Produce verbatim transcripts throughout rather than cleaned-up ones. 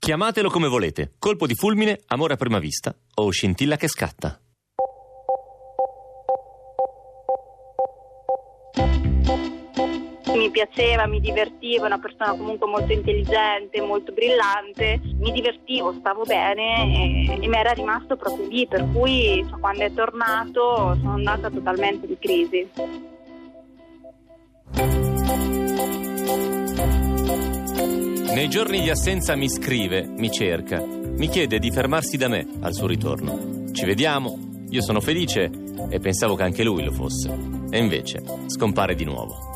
Chiamatelo come volete, colpo di fulmine, amore a prima vista o scintilla che scatta. Mi piaceva, mi divertivo, una persona comunque molto intelligente, molto brillante, mi divertivo, stavo bene e, e mi era rimasto proprio lì, per cui cioè, quando è tornato sono andata totalmente di crisi. Nei giorni di assenza mi scrive, mi cerca, mi chiede di fermarsi da me al suo ritorno. Ci vediamo, io sono felice e pensavo che anche lui lo fosse. E invece scompare di nuovo.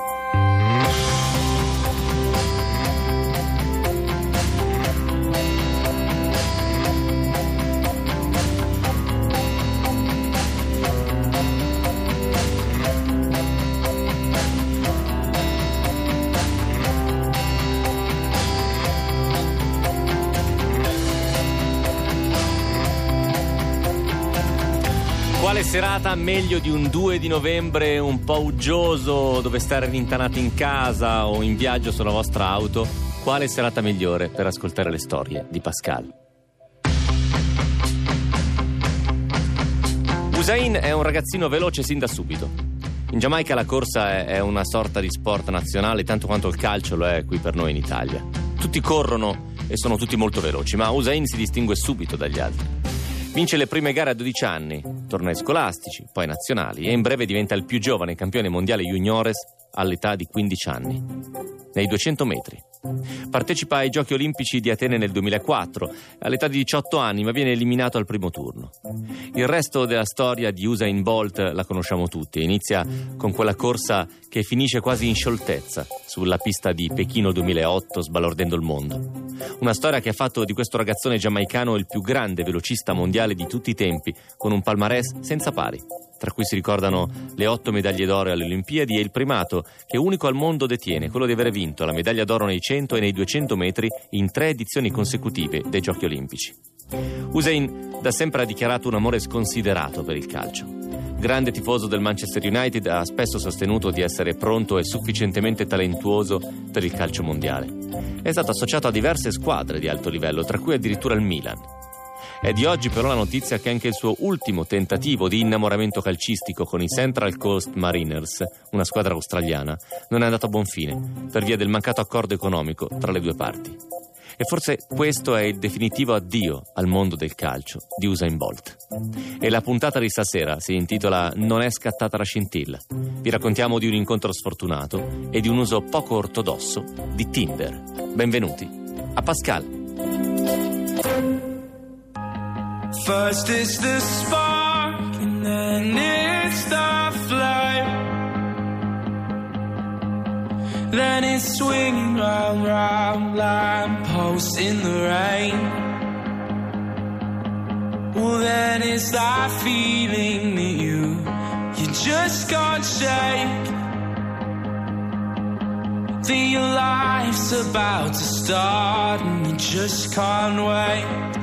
Quale serata meglio di un due di novembre un po' uggioso dove stare rintanati in casa o in viaggio sulla vostra auto? Quale serata migliore per ascoltare le storie di Pascal? Usain è un ragazzino veloce sin da subito. In Giamaica la corsa è una sorta di sport nazionale tanto quanto il calcio lo è qui per noi in Italia. Tutti corrono e sono tutti molto veloci, ma Usain si distingue subito dagli altri. Vince le prime gare a dodici anni, tornei scolastici, poi nazionali e in breve diventa il più giovane campione mondiale juniores all'età di quindici anni. Nei duecento metri. Partecipa ai Giochi Olimpici di Atene nel duemilaquattro, all'età di diciotto anni, ma viene eliminato al primo turno. Il resto della storia di Usain Bolt la conosciamo tutti. Inizia con quella corsa che finisce quasi in scioltezza sulla pista di Pechino duemilaotto, sbalordendo il mondo. Una storia che ha fatto di questo ragazzone giamaicano il più grande velocista mondiale di tutti i tempi, con un palmarès senza pari, tra cui si ricordano le otto medaglie d'oro alle Olimpiadi e il primato che unico al mondo detiene, quello di aver vinto la medaglia d'oro nei cento e nei duecento metri in tre edizioni consecutive dei Giochi Olimpici. Usain da sempre ha dichiarato un amore sconsiderato per il calcio. Grande tifoso del Manchester United, ha spesso sostenuto di essere pronto e sufficientemente talentuoso per il calcio mondiale. È stato associato a diverse squadre di alto livello, tra cui addirittura il Milan. È di oggi però la notizia che anche il suo ultimo tentativo di innamoramento calcistico con i Central Coast Mariners, una squadra australiana, non è andato a buon fine per via del mancato accordo economico tra le due parti. E forse questo è il definitivo addio al mondo del calcio di Usain Bolt. E la puntata di stasera si intitola Non è scattata la scintilla. Vi raccontiamo di un incontro sfortunato e di un uso poco ortodosso di Tinder. Benvenuti a Pascal. First it's the spark and then it's the flame. Then it's swinging round, round, lampposts in the rain. Well then it's that feeling that you, you just can't shake. That your life's about to start and you just can't wait.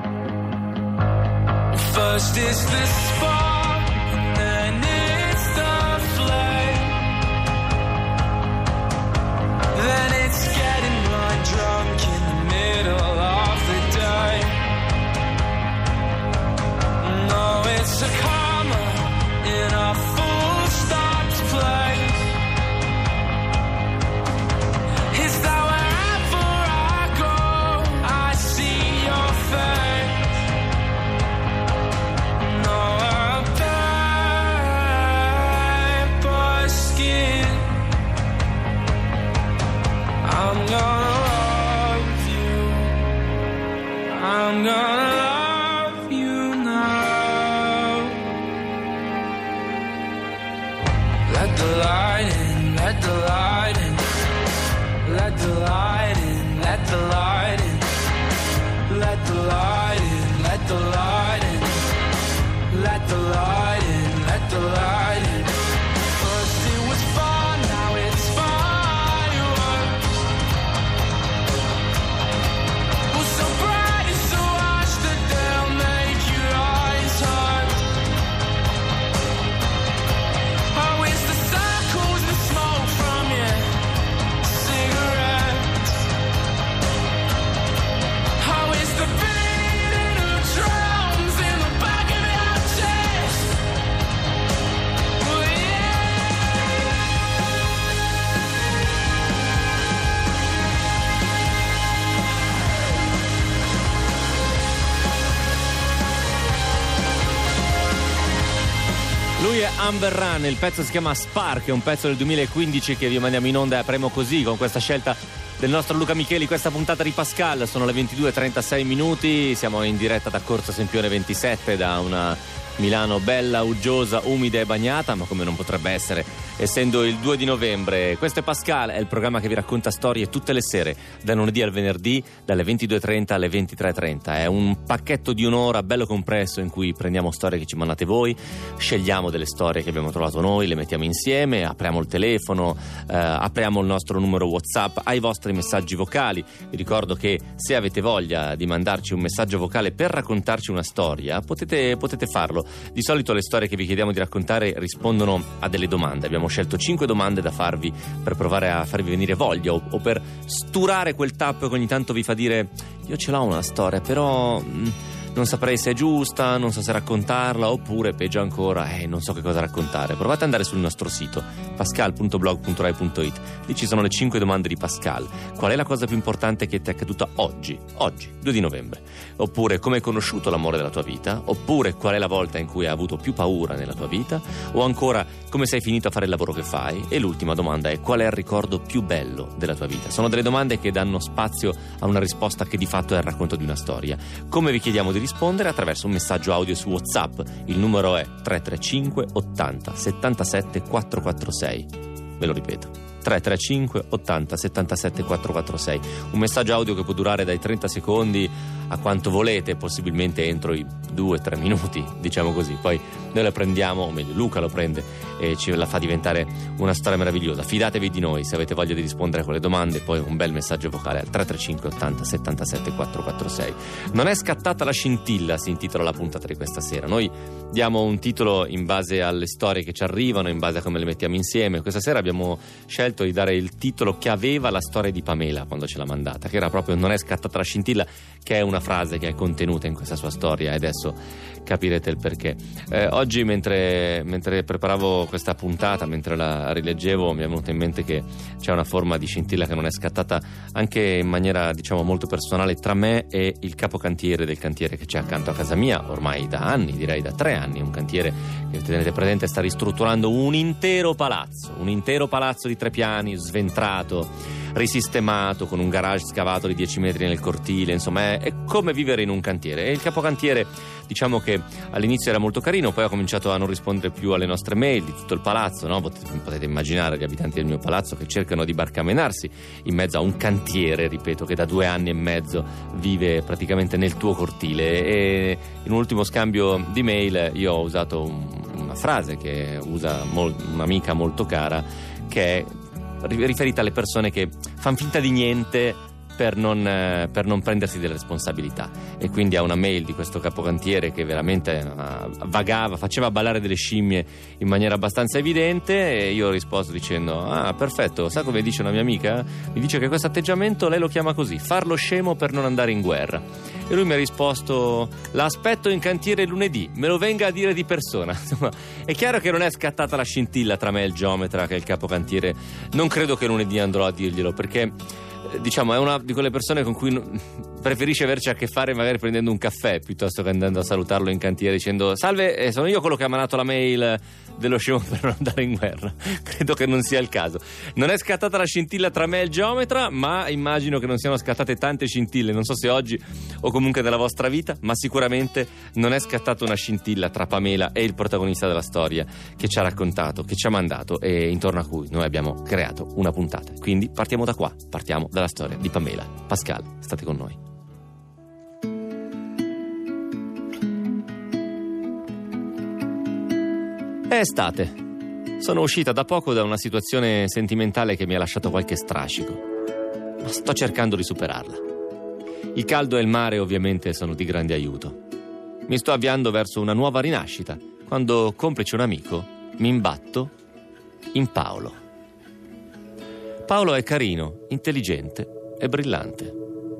First is the spark, and then it's the flame. Then it's getting right drunk in the middle of the day. No, it's a comma in a full stopped place. Is that wherever I go, I see your face? I'm gonna love you. I'm gonna love you now. Let the light in, let the light in. Let the light in, let the light in. Let the light in, let the light in. Let the light in, let the light in. First it was fun, now it's fireworks. So bright and so washed Lui è Amber Run, il pezzo si chiama Spark, è un pezzo del duemilaquindici che vi mandiamo in onda e apriamo così con questa scelta del nostro Luca Micheli, questa puntata di Pascal. Sono le ventidue e trentasei minuti, siamo in diretta da Corso Sempione ventisette, da una Milano bella, uggiosa, umida e bagnata, ma come non potrebbe essere essendo il due di novembre. Questo è Pascal, è il programma che vi racconta storie tutte le sere, da lunedì al venerdì, dalle ventidue e trenta alle ventitré e trenta. È un pacchetto di un'ora bello compresso in cui prendiamo storie che ci mandate voi, scegliamo delle storie che abbiamo trovato noi, le mettiamo insieme, apriamo il telefono, eh, apriamo il nostro numero WhatsApp ai vostri messaggi vocali. Vi ricordo che se avete voglia di mandarci un messaggio vocale per raccontarci una storia, potete, potete farlo. Di solito le storie che vi chiediamo di raccontare rispondono a delle domande. Abbiamo scelto cinque domande da farvi per provare a farvi venire voglia o, o per sturare quel tappo che ogni tanto vi fa dire: io ce l'ho una storia, però mh, non saprei se è giusta, non so se raccontarla, oppure peggio ancora, eh, non so che cosa raccontare. Provate ad andare sul nostro sito pascal punto blog punto rai punto it. Lì ci sono le cinque domande di Pascal. Qual è la cosa più importante che ti è accaduta oggi? Oggi, due di novembre. Oppure come hai conosciuto l'amore della tua vita? Oppure qual è la volta in cui hai avuto più paura nella tua vita? O ancora come sei finito a fare il lavoro che fai? E l'ultima domanda è: qual è il ricordo più bello della tua vita? Sono delle domande che danno spazio a una risposta che di fatto è il racconto di una storia. Come vi chiediamo di rispondere? Attraverso un messaggio audio su WhatsApp. Il numero è tre tre cinque ottanta settantasette quattrocentoquarantasei. Ve lo ripeto: tre tre cinque ottanta settantasette quattrocentoquarantasei. Un messaggio audio che può durare dai trenta secondi a quanto volete, possibilmente entro i due tre minuti, diciamo così. Poi noi la prendiamo, o meglio Luca lo prende e ce la fa diventare una storia meravigliosa. Fidatevi di noi se avete voglia di rispondere a quelle domande. Poi un bel messaggio vocale al tre tre cinque ottanta settantasette quattrocentoquarantasei. Non è scattata la scintilla, si intitola la puntata di questa sera. Noi diamo un titolo in base alle storie che ci arrivano, in base a come le mettiamo insieme. Questa sera abbiamo scelto di dare il titolo che aveva la storia di Pamela quando ce l'ha mandata, che era proprio "Non è scattata la scintilla", che è una frase che è contenuta in questa sua storia, e adesso capirete il perché. Eh, oggi mentre, mentre preparavo questa puntata, mentre la rileggevo, mi è venuto in mente che c'è una forma di scintilla che non è scattata anche in maniera, diciamo, molto personale tra me e il capocantiere del cantiere che c'è accanto a casa mia ormai da anni, direi da tre anni. Un cantiere che, tenete presente, sta ristrutturando un intero palazzo, un intero palazzo di tre piani, sventrato, risistemato, con un garage scavato di dieci metri nel cortile. Insomma, è, è come vivere in un cantiere. E il capocantiere, diciamo che all'inizio era molto carino, poi ha cominciato a non rispondere più alle nostre mail di tutto il palazzo, no? Potete, potete immaginare gli abitanti del mio palazzo che cercano di barcamenarsi in mezzo a un cantiere, ripeto, che da due anni e mezzo vive praticamente nel tuo cortile. E in un ultimo scambio di mail io ho usato un, una frase che usa mol, un'amica molto cara, che è riferita alle persone che fanno finta di niente per non, eh, per non prendersi delle responsabilità. E quindi a una mail di questo capocantiere che veramente uh, vagava, faceva ballare delle scimmie in maniera abbastanza evidente, e io ho risposto dicendo: ah, perfetto, sa come dice una mia amica? Mi dice che questo atteggiamento lei lo chiama così, far lo scemo per non andare in guerra. E lui mi ha risposto: la aspetto in cantiere lunedì, me lo venga a dire di persona. Insomma, è chiaro che non è scattata la scintilla tra me e il geometra, che è il capocantiere. Non credo che lunedì andrò a dirglielo, perché, diciamo, è una di quelle persone con cui preferisce averci a che fare magari prendendo un caffè piuttosto che andando a salutarlo in cantiere dicendo: salve, sono io quello che ha mandato la mail dello scemo per non andare in guerra. Credo che non sia il caso. Non è scattata la scintilla tra me e il geometra, ma immagino che non siano scattate tante scintille, non so se oggi o comunque nella vostra vita, ma sicuramente non è scattata una scintilla tra Pamela e il protagonista della storia che ci ha raccontato, che ci ha mandato e intorno a cui noi abbiamo creato una puntata. Quindi partiamo da qua, partiamo dalla storia di Pamela. Pascal, state con noi. È estate. Sono uscita da poco da una situazione sentimentale che mi ha lasciato qualche strascico, ma sto cercando di superarla. Il caldo e il mare ovviamente sono di grande aiuto. Mi sto avviando verso una nuova rinascita, quando, complice un amico, mi imbatto in Paolo. Paolo è carino, intelligente e brillante.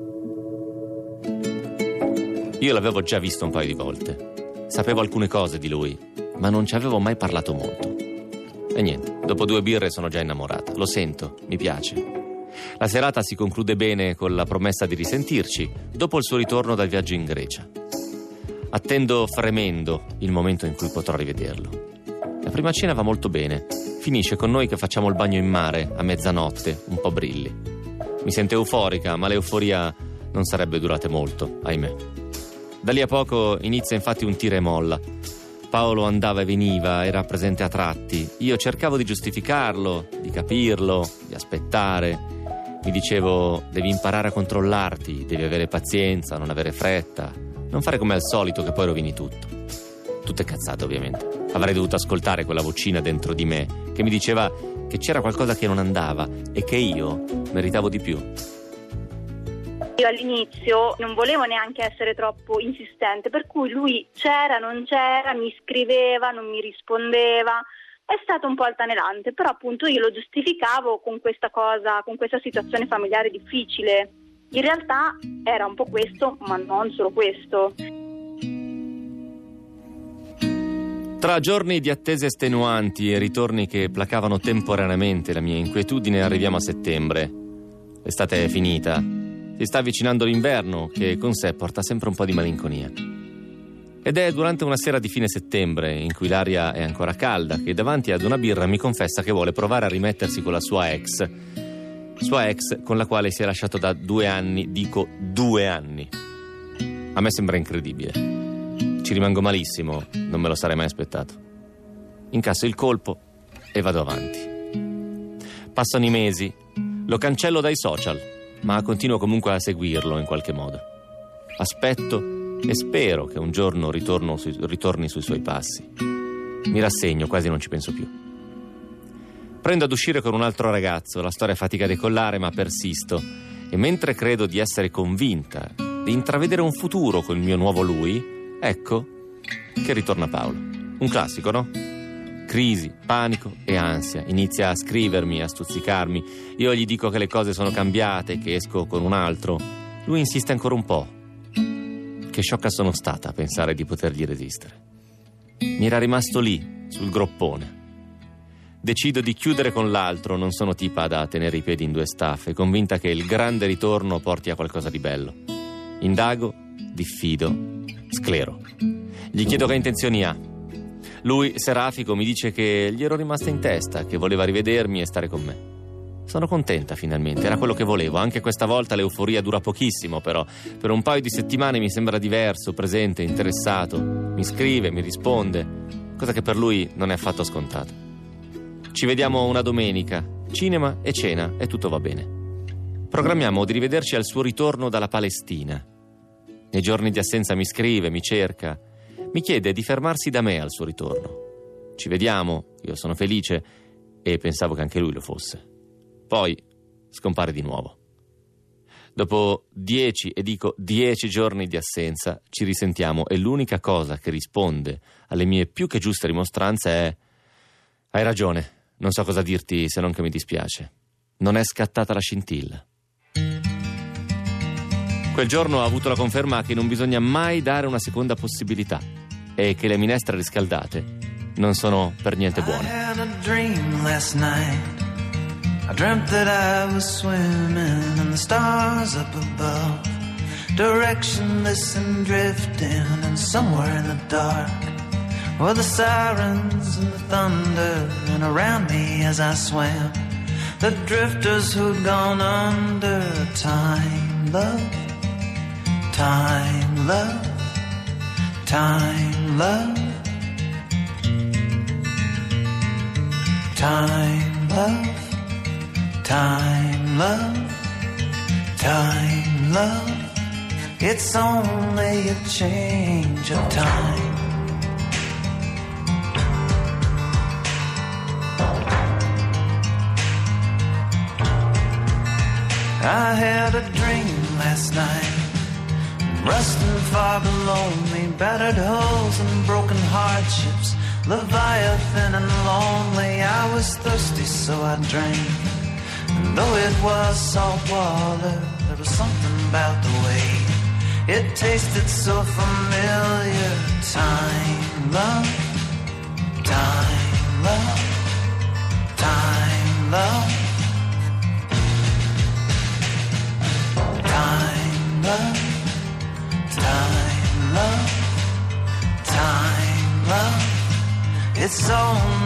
Io l'avevo già visto un paio di volte. Sapevo alcune cose di lui, ma non ci avevo mai parlato molto. E niente, dopo due birre sono già innamorata. Lo sento, mi piace. La serata si conclude bene con la promessa di risentirci dopo il suo ritorno dal viaggio in Grecia. Attendo fremendo il momento in cui potrò rivederlo. La prima cena va molto bene. Finisce con noi che facciamo il bagno in mare a mezzanotte, un po' brilli. Mi sento euforica, ma l'euforia non sarebbe durata molto, ahimè. Da lì a poco inizia infatti un tira e molla. Paolo andava e veniva, era presente a tratti. Io cercavo di giustificarlo, di capirlo, di aspettare. Mi dicevo, devi imparare a controllarti, devi avere pazienza, non avere fretta, non fare come al solito che poi rovini tutto. Tutte cazzate, ovviamente. Avrei dovuto ascoltare quella vocina dentro di me che mi diceva che c'era qualcosa che non andava e che io meritavo di più. Io all'inizio non volevo neanche essere troppo insistente, per cui lui c'era, non c'era, mi scriveva, non mi rispondeva. È stato un po' altalenante, però appunto io lo giustificavo con questa cosa, con questa situazione familiare difficile. In realtà era un po' questo, ma non solo questo. Tra giorni di attese estenuanti e ritorni che placavano temporaneamente la mia inquietudine, arriviamo a settembre. L'estate è finita. Si sta avvicinando l'inverno, che con sé porta sempre un po' di malinconia. Ed è durante una sera di fine settembre, in cui l'aria è ancora calda, che davanti ad una birra mi confessa che vuole provare a rimettersi con la sua ex. Sua ex con la quale si è lasciato da due anni, dico due anni. A me sembra incredibile. Ci rimango malissimo, non me lo sarei mai aspettato. Incasso il colpo e vado avanti. Passano i mesi, lo cancello dai social, ma continuo comunque a seguirlo in qualche modo. Aspetto e spero che un giorno ritorno sui, ritorni sui suoi passi. Mi rassegno, quasi non ci penso più. Prendo ad uscire con un altro ragazzo, la storia fatica a decollare, ma persisto. E mentre credo di essere convinta di intravedere un futuro con il mio nuovo lui, ecco che ritorna Paolo. Un classico, no? Crisi, panico e ansia. Inizia a scrivermi, a stuzzicarmi. Io gli dico che le cose sono cambiate, che esco con un altro. Lui insiste ancora un po'. Che sciocca sono stata a pensare di potergli resistere. Mi era rimasto lì, sul groppone. Decido di chiudere con l'altro, non sono tipa da tenere i piedi in due staffe, convinta che il grande ritorno porti a qualcosa di bello. Indago, diffido, sclero. Gli chiedo che intenzioni ha. Lui, serafico, mi dice che gli ero rimasta in testa, che voleva rivedermi e stare con me. Sono contenta finalmente, era quello che volevo. Anche questa volta l'euforia dura pochissimo, però per un paio di settimane mi sembra diverso, presente, interessato. Mi scrive, mi risponde, cosa che per lui non è affatto scontata. Ci vediamo una domenica, cinema e cena e tutto va bene. Programmiamo di rivederci al suo ritorno dalla Palestina. Nei giorni di assenza mi scrive, mi cerca, mi chiede di fermarsi da me al suo ritorno. Ci vediamo, io sono felice e pensavo che anche lui lo fosse. Poi scompare di nuovo. Dopo dieci, e dico dieci giorni di assenza, ci risentiamo e l'unica cosa che risponde alle mie più che giuste rimostranze è: hai ragione, non so cosa dirti se non che mi dispiace. Non è scattata la scintilla. Quel giorno ho avuto la conferma che non bisogna mai dare una seconda possibilità e che le minestre riscaldate non sono per niente buone. I had a dream last night. I dreamt that I was swimming in the stars up above, directionless and drifting, and somewhere in the dark were the sirens and the thunder, and around me as I swam, the drifters who'd gone under. Time, love, time, love, time, love, time, love, time, love, time, love. It's only a change of time. I had a dream last night, rusting far below me, battered hulls and broken hardships, Leviathan and lonely. I was thirsty, so I drank, and though it was salt water, there was something about the way it tasted so familiar. Time, love, time, love, time, love, time, love, time, love, time, love. It's only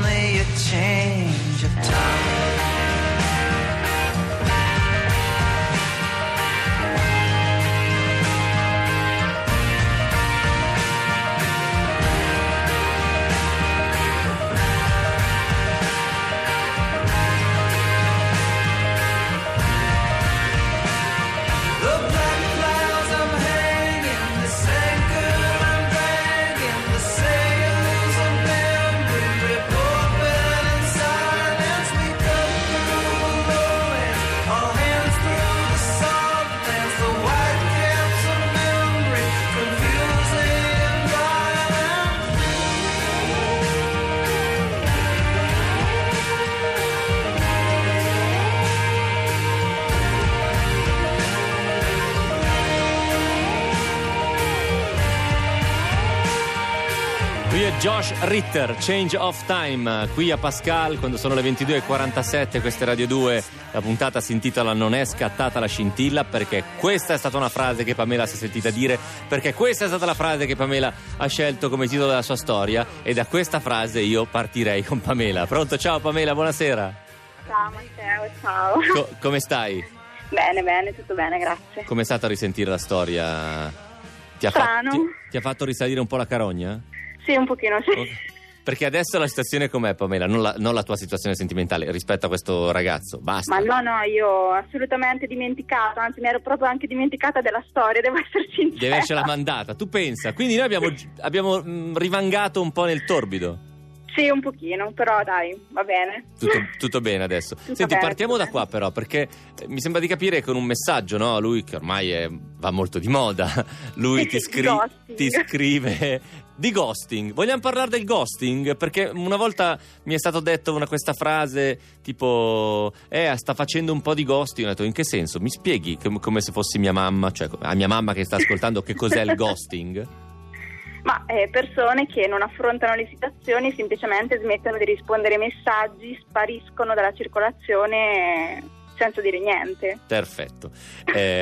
Lui è Josh Ritter, Change of Time, qui a Pascal quando sono le ventidue e quarantasette, questa è Radio due, la puntata si intitola Non è scattata la scintilla, perché questa è stata una frase che Pamela si è sentita dire, perché questa è stata la frase che Pamela ha scelto come titolo della sua storia, e da questa frase io partirei con Pamela. Pronto? Ciao Pamela, buonasera. Ciao Matteo, ciao. Co- come stai? Bene, bene, tutto bene, grazie. Com'è stato a risentire la storia? Ti ha, Strano. fa- ti, ti ha fatto risalire un po' la carogna? Sì, un pochino, sì. Okay. Perché adesso la situazione com'è, Pamela? Non la, non la tua situazione sentimentale rispetto a questo ragazzo, basta. Ma no, no, io ho assolutamente dimenticato, anzi mi ero proprio anche dimenticata della storia, devo essere sincera. Deve avercela mandata, tu pensa. Quindi noi abbiamo, abbiamo mh, rivangato un po' nel torbido. Sì, un pochino, però dai, va bene. Tutto, tutto bene adesso. Tutto Senti, bene, partiamo tutto da qua però, perché eh, mi sembra di capire con un messaggio, no? Lui che ormai è, va molto di moda, lui ti, scri- Ghosting. ti scrive di ghosting. Vogliamo parlare del ghosting? Perché una volta mi è stato detto una, questa frase tipo eh, sta facendo un po' di ghosting. Ho detto, in che senso? Mi spieghi com- come se fossi mia mamma, cioè a mia mamma che sta ascoltando, che cos'è il ghosting? Ma eh, persone che non affrontano le situazioni, semplicemente smettono di rispondere ai messaggi, spariscono dalla circolazione senza dire niente. Perfetto. Eh,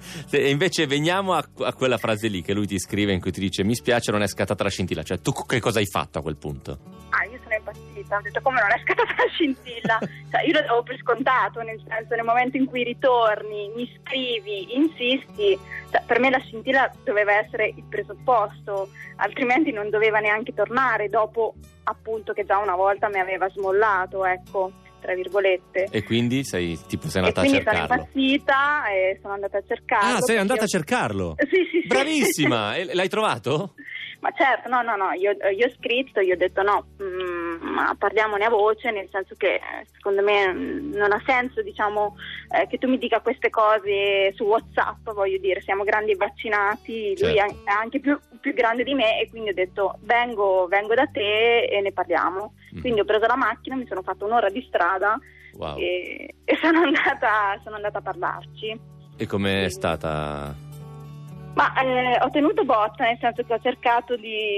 e invece veniamo a, a quella frase lì che lui ti scrive in cui ti dice mi spiace, non è scattata la scintilla. Cioè tu che cosa hai fatto a quel punto? Ah, io sono impazzita, ho detto come non è scattata la scintilla? Cioè, io l'avevo per scontato, nel senso, nel momento in cui ritorni, mi scrivi, insisti, cioè, per me la scintilla doveva essere il presupposto, altrimenti non doveva neanche tornare dopo appunto che già una volta mi aveva smollato, ecco, tra virgolette. E quindi sei tipo sei andata e a quindi cercarlo? sono impazzita e sono andata a cercarlo. Ah, sei andata io... a cercarlo? Sì, sì, sì. Bravissima! E l'hai trovato? Ma certo, no, no, no, io, io ho scritto, io ho detto no, mh, ma parliamone a voce, nel senso che secondo me non ha senso, diciamo, eh, che tu mi dica queste cose su WhatsApp, voglio dire, siamo grandi e vaccinati, certo. Lui è anche più, più grande di me e quindi ho detto vengo, vengo da te e ne parliamo. Mm. Quindi ho preso la macchina, mi sono fatta un'ora di strada. Wow. e, e sono andata, sono andata a parlarci. E com'è stata? Ma eh, ho tenuto botta, nel senso che ho cercato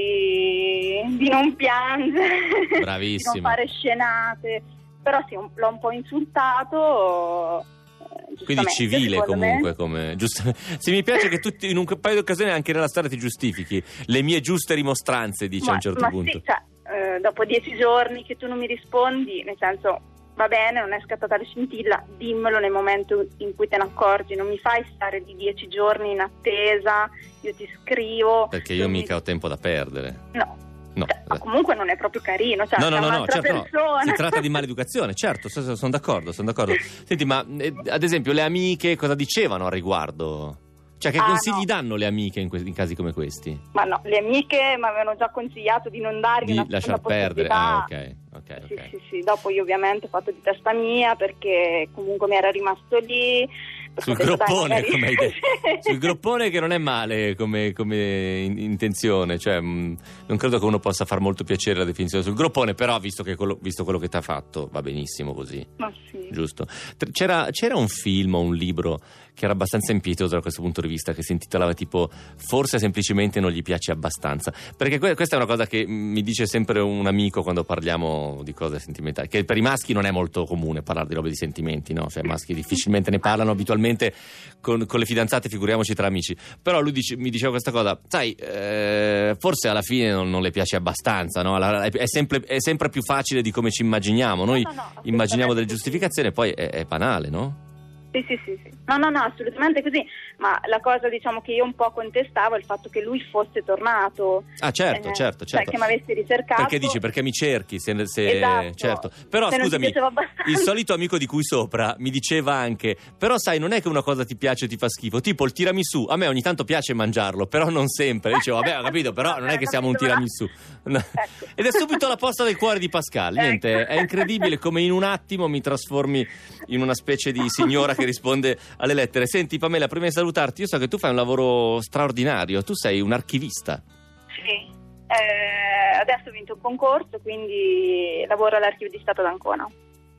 di, di non piangere, Bravissima. di non fare scenate, però sì, un, l'ho un po' insultato. Eh, Quindi civile comunque, come giusto. Sì, mi piace che tu in un paio di occasioni anche nella storia ti giustifichi. Le mie giuste rimostranze, dici ma, a un certo ma punto. Sì, cioè, eh, dopo dieci giorni che tu non mi rispondi, nel senso... va bene, non è scattata la scintilla, dimmelo nel momento in cui te ne accorgi, non mi fai stare di dieci giorni in attesa, io ti scrivo. Perché io mica mi... ho tempo da perdere. No. No. Cioè, ma comunque non è proprio carino, cioè no, no, è no, no, un'altra certo, persona. No. Si tratta di maleducazione, certo, sono, sono d'accordo, sono d'accordo. Senti, ma eh, ad esempio le amiche cosa dicevano al riguardo? Cioè che ah, consigli no. danno le amiche in, que- in casi come questi? Ma no, le amiche mi avevano già consigliato di non dargli di una lasciar perdere. Ah, ok, ok, sì, ok. sì, sì, dopo io ovviamente ho fatto di testa mia perché comunque mi era rimasto lì. Sul detto, groppone, dai, come hai detto. Sul groppone, che non è male come, come in- intenzione, cioè mh, non credo che uno possa far molto piacere la definizione sul groppone, però visto, che quello, visto quello che ti ha fatto va benissimo così. Ma sì. Giusto. C'era, c'era un film o un libro che era abbastanza impietoso da questo punto di vista, che si intitolava tipo Forse semplicemente non gli piace abbastanza, perché que- questa è una cosa che mi dice sempre un amico quando parliamo di cose sentimentali, che per i maschi non è molto comune parlare di robe di sentimenti, no? Cioè i maschi difficilmente ne parlano abitualmente con, con le fidanzate, figuriamoci tra amici. Però lui dice, mi diceva questa cosa, sai, eh, forse alla fine non, non le piace abbastanza, no? Alla, è, sempre, è sempre più facile di come ci immaginiamo, noi no, no, no, immaginiamo delle giustificazioni e poi è, è banale, no? Sì, sì, sì, sì. No, no, no, assolutamente così. Ma la cosa, diciamo, che io un po' contestavo è il fatto che lui fosse tornato. Ah, certo, eh, certo, certo. Cioè, che mi avesse ricercato. Perché dici, perché mi cerchi? Se, se, esatto. Certo. Però se scusami, il il solito amico di cui sopra mi diceva anche, però sai, non è che una cosa ti piace o ti fa schifo, tipo il tiramisù, a me ogni tanto piace mangiarlo, però non sempre. Dicevo, vabbè, ho capito, però non è che siamo un tiramisù. No. Ecco. Ed è subito la posta del cuore di Pascal. Niente, Ecco. è incredibile come in un attimo mi trasformi in una specie di signora che risponde alle lettere. Senti Pamela, prima di salutarti, io so che tu fai un lavoro straordinario, tu sei un archivista. Sì, eh, adesso ho vinto un concorso, quindi lavoro all'Archivio di Stato d'Ancona.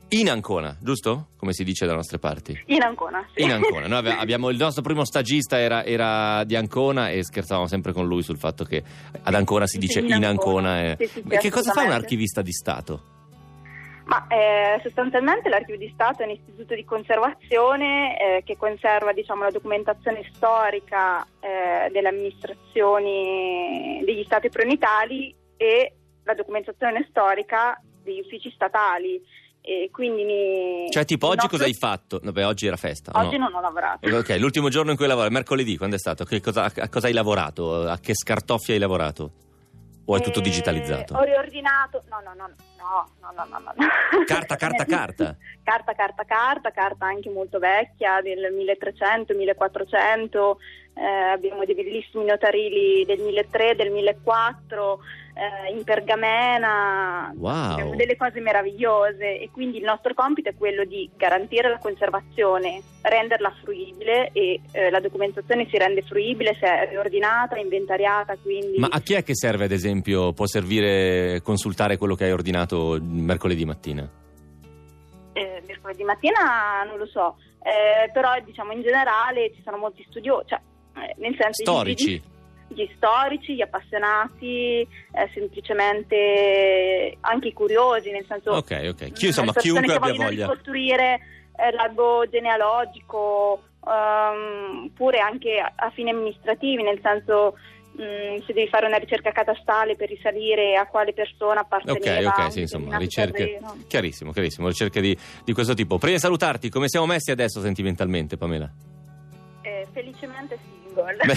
In Ancona, giusto? Come si dice dalle nostre parti? In Ancona, sì. In Ancona. Noi ave- abbiamo il nostro primo stagista era, era di Ancona e scherzavamo sempre con lui sul fatto che ad Ancona si dice in in Ancona. Ancona. E... Sì, sì, sì, che cosa fa un assolutamente. archivista di Stato? Ma eh, sostanzialmente l'Archivio di Stato è un istituto di conservazione eh, che conserva, diciamo, la documentazione storica eh, delle amministrazioni degli stati preunitali e la documentazione storica degli uffici statali. E quindi mi... Cioè tipo oggi nostro... cosa hai fatto? Vabbè, oggi era festa. Oggi no? non ho lavorato. Ok, l'ultimo giorno in cui hai lavorato, mercoledì, quando è stato? Che cosa, a cosa hai lavorato? A che scartoffia hai lavorato? O è tutto Eh, digitalizzato? Ho riordinato, no, no, no, no, no, no, no, no. Carta, carta, carta? Carta, carta, carta, carta anche molto vecchia, del milletrecento, millequattrocento, eh, abbiamo dei bellissimi notarili del milletrecento, del millequattrocento, eh, in pergamena, Wow. abbiamo delle cose meravigliose e quindi il nostro compito è quello di garantire la conservazione, renderla fruibile e eh, la documentazione si rende fruibile se è riordinata, inventariata, quindi... Ma a chi è che serve, ad esempio, può servire consultare quello che hai ordinato mercoledì mattina? Eh, mercoledì mattina non lo so, eh, però diciamo in generale ci sono molti studiosi, cioè, eh, nel senso Storici? Gli, gli storici, gli appassionati, eh, semplicemente anche i curiosi, nel senso Ok, ok. Chi, insomma, persone chiunque che abbia vogliono voglia. ricostruire eh, l'albo genealogico, um, oppure anche a, a fini amministrativi, nel senso mh, se devi fare una ricerca catastale per risalire a quale persona apparteneva. Ok, ok, un sì, insomma, determinato ricerche. terreno. Chiarissimo, chiarissimo, ricerche di, di questo tipo. Prima di salutarti, come siamo messi adesso sentimentalmente, Pamela? Eh, felicemente single. Beh,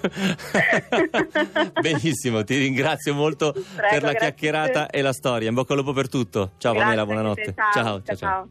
benissimo, ti ringrazio molto Prego, per la grazie. chiacchierata e la storia. In bocca al lupo per tutto. Ciao Grazie Pamela, anche a buonanotte. te, ciao, ciao, ciao. ciao. ciao.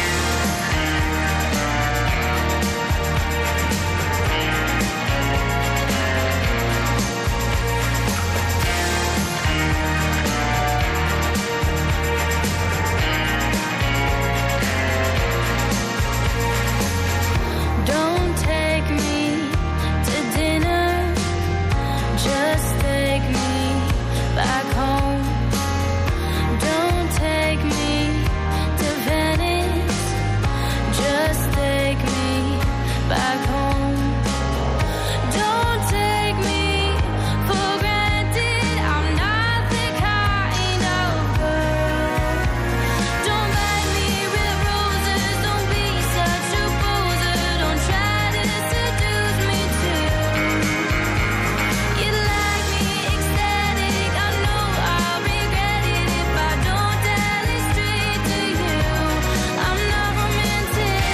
Don't take me to dinner, just take me back home. Don't take me to Venice, just take me back home. Don't take me for granted, I'm not the kind of girl. Don't bite me with roses, don't be such a poser, don't try to seduce me too. You like me ecstatic, I know I'll regret it if I don't tell it straight to you. I'm not romantic,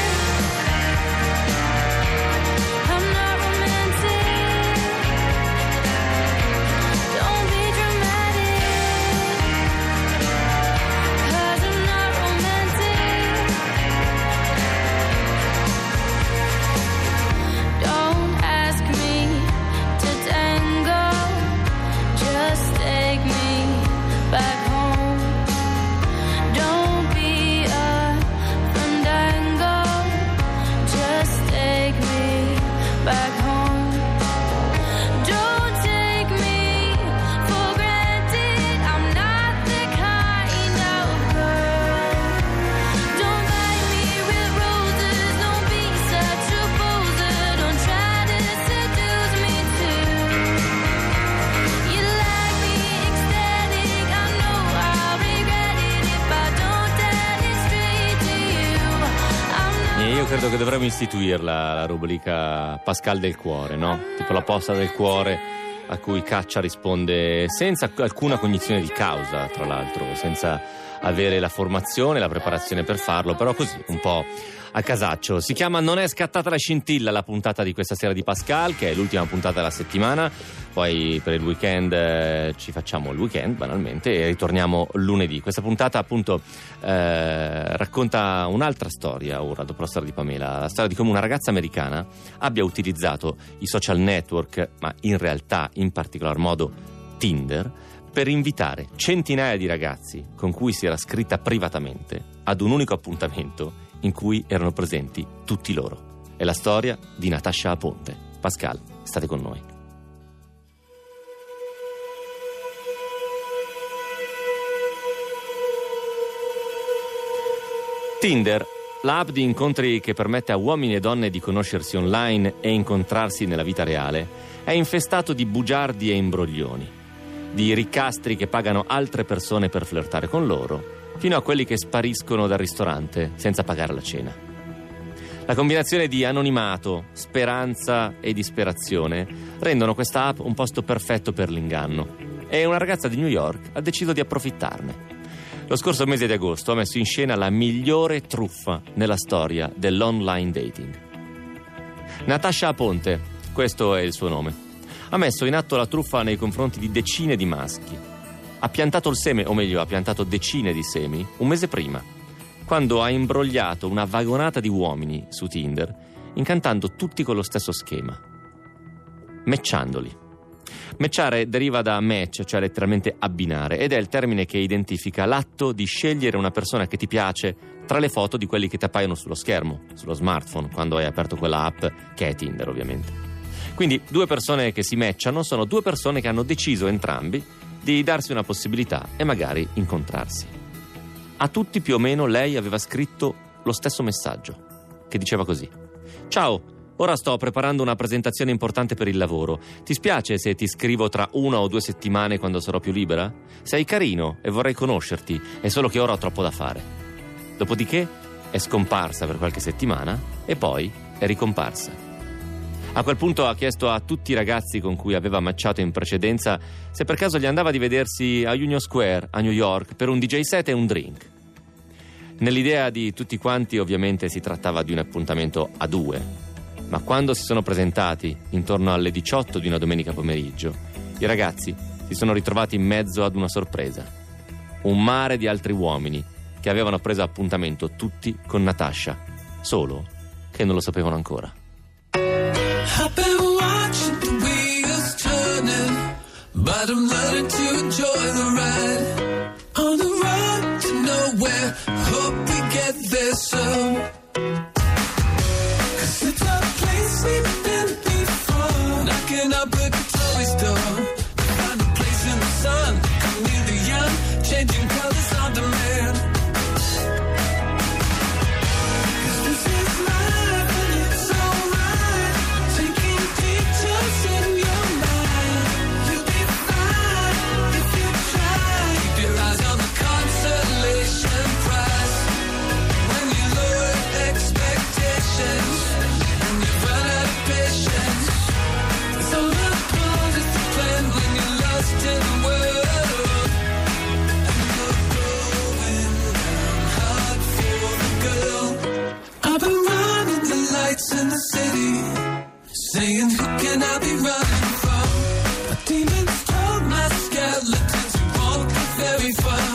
I'm not romantic. Don't be dramatic, 'cause I'm not romantic. Don't ask me to tango, just take me back home. Don't be a fandango, just take me back home. Don't take me for granted, I'm not the kind of girl. Don't bite me with roses, don't be such a poser, don't try to seduce me too. You like me ecstatic, I know I'll regret it if I don't tell it straight to you. I'm not E io credo che dovremmo istituirla la rubrica Pascal del cuore, no? Tipo la posta del cuore a cui Caccia risponde senza alcuna cognizione di causa, tra l'altro, senza avere la formazione, la preparazione per farlo, però così, un po' a casaccio. Si chiama Non è scattata la scintilla, la puntata di questa sera di Pascal, che è l'ultima puntata della settimana. Poi per il weekend eh, ci facciamo il weekend banalmente e ritorniamo lunedì. Questa puntata appunto eh, racconta un'altra storia ora dopo la storia di Pamela, la storia di come una ragazza americana abbia utilizzato i social network, ma in realtà in particolar modo Tinder, per invitare centinaia di ragazzi con cui si era scritta privatamente ad un unico appuntamento in cui erano presenti tutti loro. È la storia di Natasha Aponte. Pascal, state con noi. Tinder, l'app di incontri che permette a uomini e donne di conoscersi online e incontrarsi nella vita reale, è infestato di bugiardi e imbroglioni, di riccastri che pagano altre persone per flirtare con loro, fino a quelli che spariscono dal ristorante senza pagare la cena. La combinazione di anonimato, speranza e disperazione rendono questa app un posto perfetto per l'inganno, e una ragazza di New York ha deciso di approfittarne. Lo scorso mese di agosto ha messo in scena la migliore truffa nella storia dell'online dating. Natasha Aponte, questo è il suo nome, ha messo in atto la truffa nei confronti di decine di maschi. Ha piantato il seme, o meglio, ha piantato decine di semi, un mese prima, quando ha imbrogliato una vagonata di uomini su Tinder, incantando tutti con lo stesso schema, matchandoli. Matchare deriva da match, cioè letteralmente abbinare, ed è il termine che identifica l'atto di scegliere una persona che ti piace tra le foto di quelli che ti appaiono sullo schermo, sullo smartphone, quando hai aperto quella app che è Tinder, ovviamente. Quindi due persone che si matchano sono due persone che hanno deciso entrambi di darsi una possibilità e magari incontrarsi. A tutti più o meno lei aveva scritto lo stesso messaggio, che diceva così: ciao, ora sto preparando una presentazione importante per il lavoro. Ti spiace se ti scrivo tra una o due settimane quando sarò più libera? Sei carino e vorrei conoscerti, è solo che ora ho troppo da fare. Dopodiché è scomparsa per qualche settimana e poi è ricomparsa. A quel punto ha chiesto a tutti i ragazzi con cui aveva matchato in precedenza se per caso gli andava di vedersi a Union Square, a New York, per un D J set e un drink. Nell'idea di tutti quanti ovviamente si trattava di un appuntamento a due. Ma quando si sono presentati intorno alle diciotto di una domenica pomeriggio, i ragazzi si sono ritrovati in mezzo ad una sorpresa. Un mare di altri uomini che avevano preso appuntamento tutti con Natasha, solo che non lo sapevano ancora. I've been watching the wheels turning, but I'm learning to enjoy the ride. On the road to nowhere, hope we get there soon. It's a place we've been before, knocking on Purgatory's door. Find a place in the sun, chameleon, changing colors on demand. 'Cause this is life and it's alright, taking pictures in your mind. You'll be fine if you try. Keep your eyes on the consolation prize. When you lower expectations, in the city, saying who can I be running from? My demons told my skeletons you won't get very far.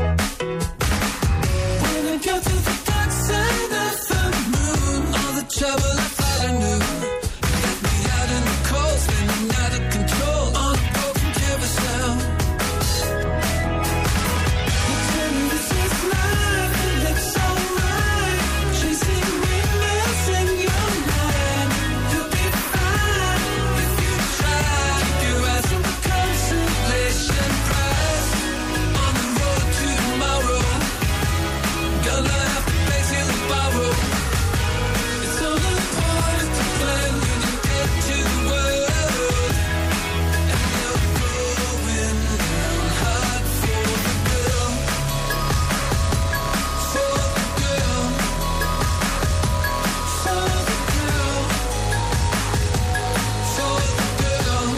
When I got to the dark side of the moon, all the trouble I thought I knew left me out in the cold, spinning out of control on a broken carousel. You tell me this is life and it's alright, chasing windmills in your mind. You'll be fine if you try. Keep your eyes on the consolation prize. On the road to tomorrow, gonna have to pay till and borrow. It's all important to plan when you get to the world, and you're going down hard for the girl, for the girl, for the girl, for the girl,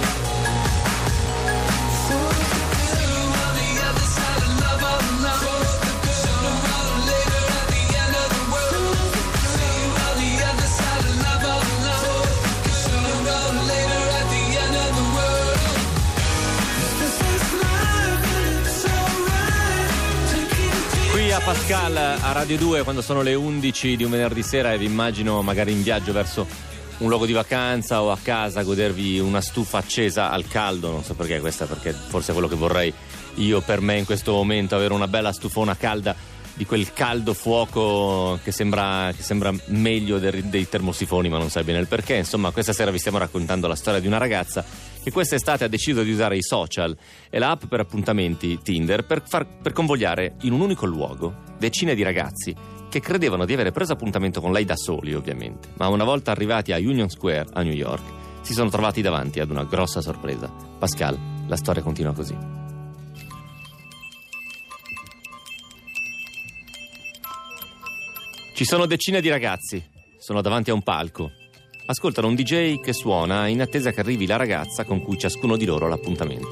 for the girl. On the other side of love, all alone. For the girl. Sooner or later, at the end of the world. See you on the other side of love, all alone. Sooner or later, at the end of the world. This is life and it's alright. Taking Qui a Pascal, a Radio due, quando sono le undici di un venerdì sera e vi immagino magari in viaggio verso un luogo di vacanza o a casa, godervi una stufa accesa al caldo. Non so perché, questa perché forse è quello che vorrei io per me in questo momento, avere una bella stufona calda, di quel caldo fuoco che sembra, che sembra meglio dei, dei termosifoni, ma non sai bene il perché. Insomma, questa sera vi stiamo raccontando la storia di una ragazza che quest'estate ha deciso di usare i social e l'app per appuntamenti Tinder per, far, per convogliare in un unico luogo decine di ragazzi che credevano di avere preso appuntamento con lei da soli, ovviamente, ma una volta arrivati a Union Square a New York si sono trovati davanti ad una grossa sorpresa. Pascal, la storia continua così. Ci sono decine di ragazzi, sono davanti a un palco, ascoltano un D J che suona in attesa che arrivi la ragazza con cui ciascuno di loro ha l'appuntamento.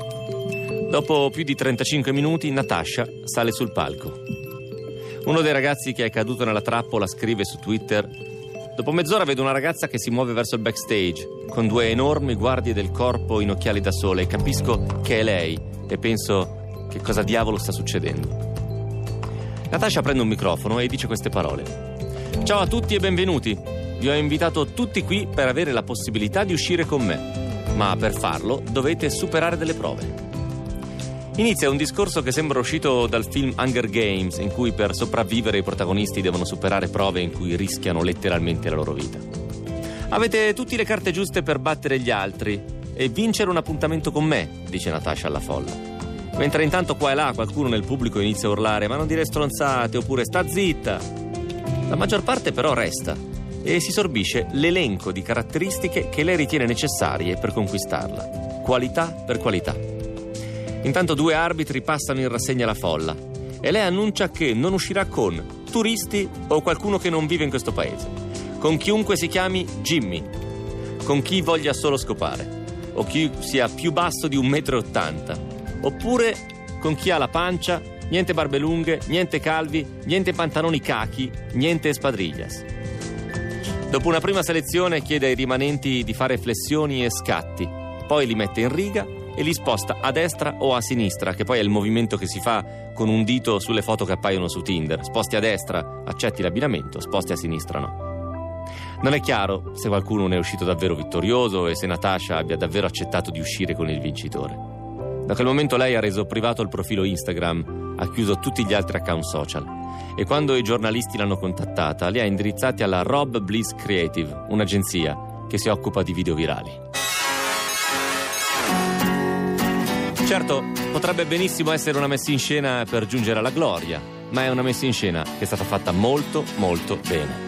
Dopo più di trentacinque minuti, Natasha sale sul palco. Uno dei ragazzi che è caduto nella trappola scrive su Twitter: dopo mezz'ora vedo una ragazza che si muove verso il backstage con due enormi guardie del corpo in occhiali da sole e capisco che è lei e penso: che cosa diavolo sta succedendo? Natasha prende un microfono e dice queste parole: ciao a tutti e benvenuti, vi ho invitato tutti qui per avere la possibilità di uscire con me, ma per farlo dovete superare delle prove. Inizia un discorso che sembra uscito dal film Hunger Games, in cui per sopravvivere i protagonisti devono superare prove in cui rischiano letteralmente la loro vita. Avete tutte le carte giuste per battere gli altri e vincere un appuntamento con me, dice Natasha alla folla. Mentre intanto qua e là qualcuno nel pubblico inizia a urlare: ma non dire stronzate, oppure sta zitta. La maggior parte però resta e si sorbisce l'elenco di caratteristiche che lei ritiene necessarie per conquistarla, qualità per qualità. Intanto due arbitri passano in rassegna la folla e lei annuncia che non uscirà con turisti o qualcuno che non vive in questo paese, con chiunque si chiami Jimmy, con chi voglia solo scopare o chi sia più basso di un metro e ottanta, oppure con chi ha la pancia, niente barbe lunghe, niente calvi, niente pantaloni cachi, niente espadrillas. Dopo una prima selezione chiede ai rimanenti di fare flessioni e scatti, poi li mette in riga e li sposta a destra o a sinistra, che poi è il movimento che si fa con un dito sulle foto che appaiono su Tinder. Sposti a destra, accetti l'abbinamento, sposti a sinistra no. Non è chiaro se qualcuno ne è uscito davvero vittorioso e se Natasha abbia davvero accettato di uscire con il vincitore. Da quel momento lei ha reso privato il profilo Instagram, ha chiuso tutti gli altri account social e quando i giornalisti l'hanno contattata li ha indirizzati alla Rob Bliss Creative, un'agenzia che si occupa di video virali. Certo, potrebbe benissimo essere una messa in scena per giungere alla gloria, ma è una messa in scena che è stata fatta molto molto bene.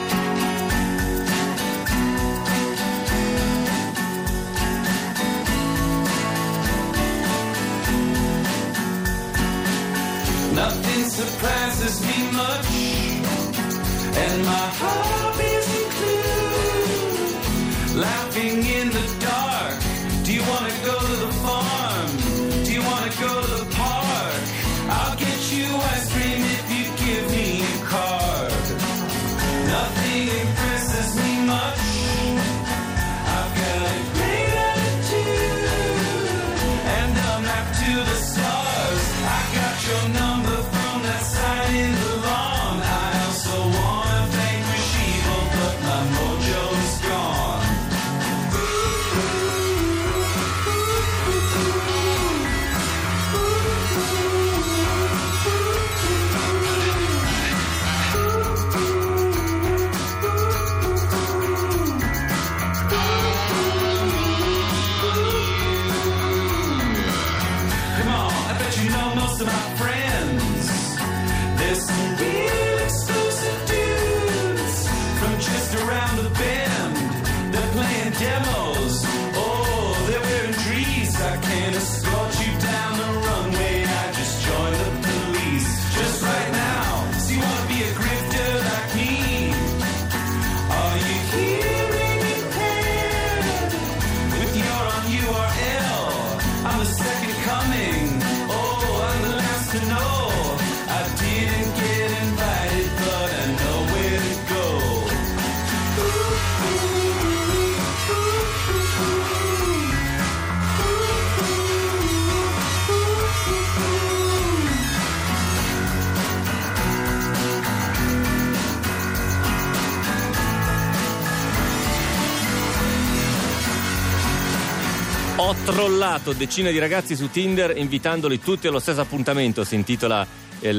Nothing surprises me much, and my hobbies include laughing in the dark. Do you want to go to the farm? Do you want to go to the park? I'll get you ice cream if you give me a card. Nothing impresses me much. I've got a great attitude, and I'm up to the stars. I got your number from that sign in the lawn. I also want to thank Rashiva, but my mojo's gone. Come on, I bet you know most of my friends. There's some real exclusive dudes from just around the bend. They're playing demos. Oh, they're wearing trees. I can't escort you down the runway. I just joined the police just right now. So you wanna be a grifter like me? Are you hearing impaired with your on U R L? I'm the second coming. Oh, I'm the last to know. I didn't get invited, but I know where to go. Ho trollato decine di ragazzi su Tinder invitandoli tutti allo stesso appuntamento, si intitola il,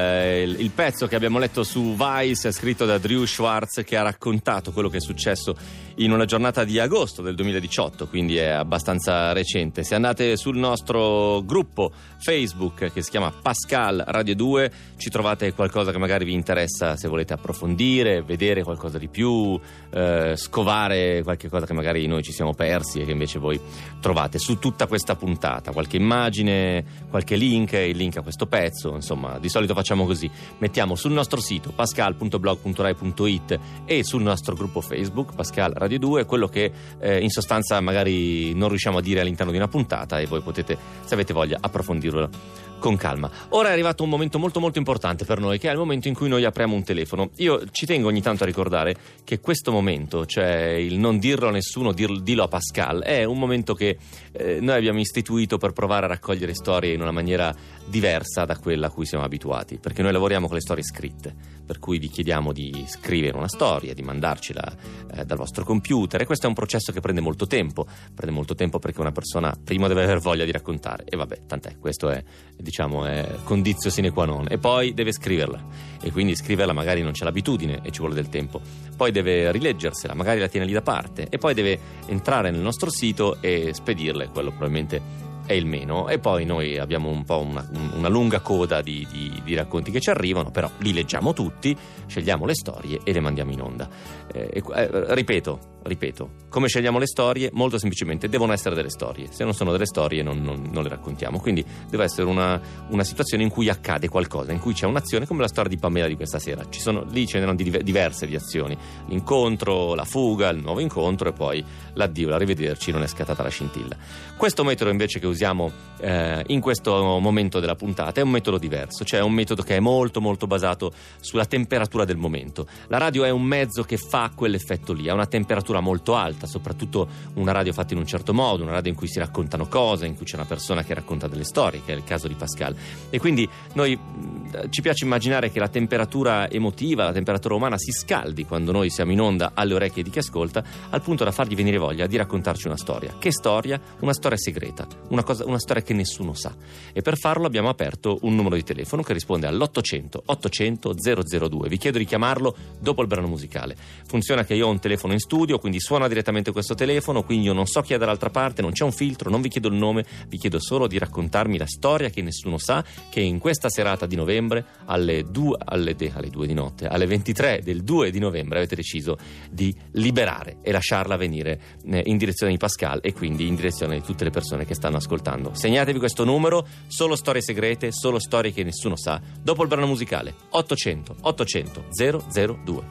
il, il pezzo che abbiamo letto su Vice è scritto da Drew Schwartz, che ha raccontato quello che è successo in una giornata di agosto del duemiladiciotto, quindi è abbastanza recente. Se andate sul nostro gruppo Facebook che si chiama Pascal Radio due, ci trovate qualcosa che magari vi interessa, se volete approfondire, vedere qualcosa di più, eh, scovare qualche cosa che magari noi ci siamo persi e che invece voi trovate su tutta questa puntata, qualche immagine, qualche link, il link a questo pezzo. Insomma, di solito facciamo così, mettiamo sul nostro sito pascal punto blog punto rai punto it e sul nostro gruppo Facebook Pascal Radio due quello che eh, in sostanza magari non riusciamo a dire all'interno di una puntata, e voi potete, se avete voglia, approfondirlo con calma. Ora è arrivato un momento molto molto importante per noi, che è il momento in cui noi apriamo un telefono. Io ci tengo ogni tanto a ricordare che questo momento, cioè il non dirlo a nessuno, dir, dillo a Pascal, è un momento che eh, noi abbiamo istituito per provare a raccogliere storie in una maniera diversa da quella a cui siamo abituati, perché noi lavoriamo con le storie scritte, per cui vi chiediamo di scrivere una storia, di mandarcela eh, dal vostro computer, e questo è un processo che prende molto tempo prende molto tempo perché una persona prima deve aver voglia di raccontare, e vabbè, tant'è, questo è, diciamo, è condizio sine qua non, e poi deve scriverla, e quindi scriverla magari non c'è l'abitudine e ci vuole del tempo, poi deve rileggersela, magari la tiene lì da parte, e poi deve entrare nel nostro sito e spedirle, quello probabilmente è il meno, e poi noi abbiamo un po' una, una lunga coda di, di, di racconti che ci arrivano, però li leggiamo tutti, scegliamo le storie e le mandiamo in onda. Eh, eh, ripeto, ripeto, come scegliamo le storie? Molto semplicemente, devono essere delle storie. Se non sono delle storie non, non, non le raccontiamo, quindi deve essere una, una situazione in cui accade qualcosa, in cui c'è un'azione, come la storia di Pamela di questa sera. Ci sono, lì ce n'erano di, diverse di azioni: l'incontro, la fuga, il nuovo incontro e poi l'addio, l'arrivederci, non è scattata la scintilla. Questo metodo invece che usiamo eh, in questo momento della puntata è un metodo diverso, cioè un metodo che è molto molto basato sulla temperatura del momento. La radio è un mezzo che fa quell'effetto lì, ha una temperatura molto alta, soprattutto una radio fatta in un certo modo, una radio in cui si raccontano cose, in cui c'è una persona che racconta delle storie, che è il caso di Pascal, e quindi noi ci piace immaginare che la temperatura emotiva, la temperatura umana si scaldi quando noi siamo in onda alle orecchie di chi ascolta, al punto da fargli venire voglia di raccontarci una storia. Che storia? Una storia segreta, una cosa, una storia che nessuno sa, e per farlo abbiamo aperto un numero di telefono che risponde all'ottocento ottocento zero zero due. Vi chiedo di chiamarlo dopo il brano musicale. Funziona che io ho un telefono in studio, quindi suona direttamente questo telefono, quindi io non so chi è dall'altra parte, non c'è un filtro, non vi chiedo il nome, vi chiedo solo di raccontarmi la storia che nessuno sa, che in questa serata di novembre alle due, alle, alle due di notte, alle ventitré del due di novembre avete deciso di liberare e lasciarla venire in direzione di Pascal, e quindi in direzione di tutte le persone che stanno ascoltando. Segnatevi questo numero, solo storie segrete, solo storie che nessuno sa, dopo il brano musicale. Ottocento ottocento zero zero due.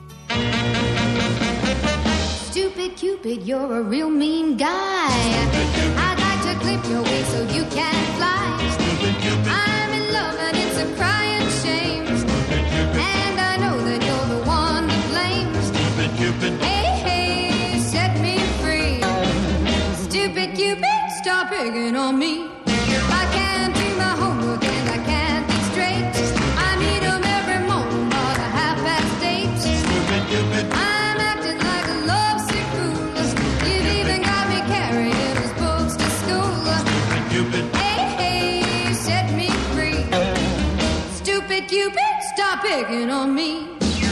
Stupid Cupid, you're a real mean guy. I'd like to clip your wings so you can fly. I'm in love and it's a crying shame, and I know that you're the one to blame. Stupid Cupid, hey, hey, set me free. Stupid Cupid, stop picking on me. I can't do my homework and I can't think straight. I need 'em every morning about a half past eight. Stupid Cupid, I'm acting like a lovesick fool. You've even got me carrying his books to school. Stupid Cupid, hey, hey, set me free. Stupid Cupid, stop picking on me.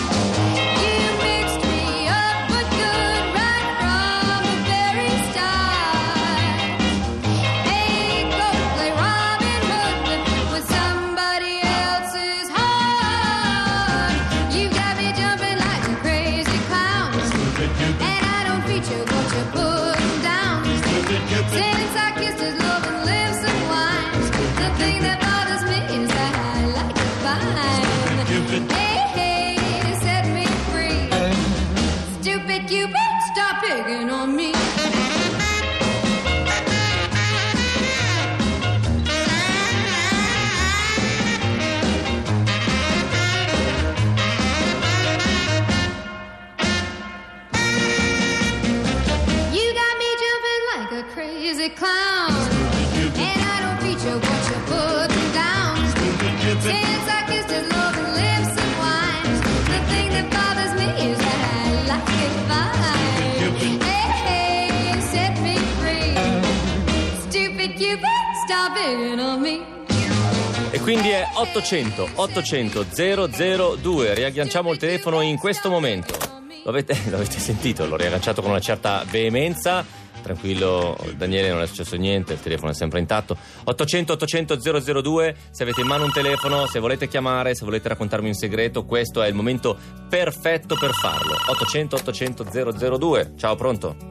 Since I kissed his love and lips and wine, the thing that bothers me is that I like it fine. Hey, hey, set me free. Stupid Cupid, stop picking on me. Clown, and I don't feature what you're putting down. Since I kissed his loving lips and wine, the thing that bothers me is that I like it fine. Hey, hey, set me free. Stupid Cupid, stop picking on me. E Quindi è ottocento ottocento zero zero due. Riagganciamo il telefono in questo momento. Lo avete, l'avete sentito, l'ho riagganciato con una certa veemenza. Tranquillo Daniele, non è successo niente, il telefono è sempre intatto. Ottocento ottocento zero zero due. Se avete in mano un telefono, se volete chiamare, se volete raccontarmi un segreto, questo è il momento perfetto per farlo. Ottocento ottocento zero zero due. Ciao, pronto?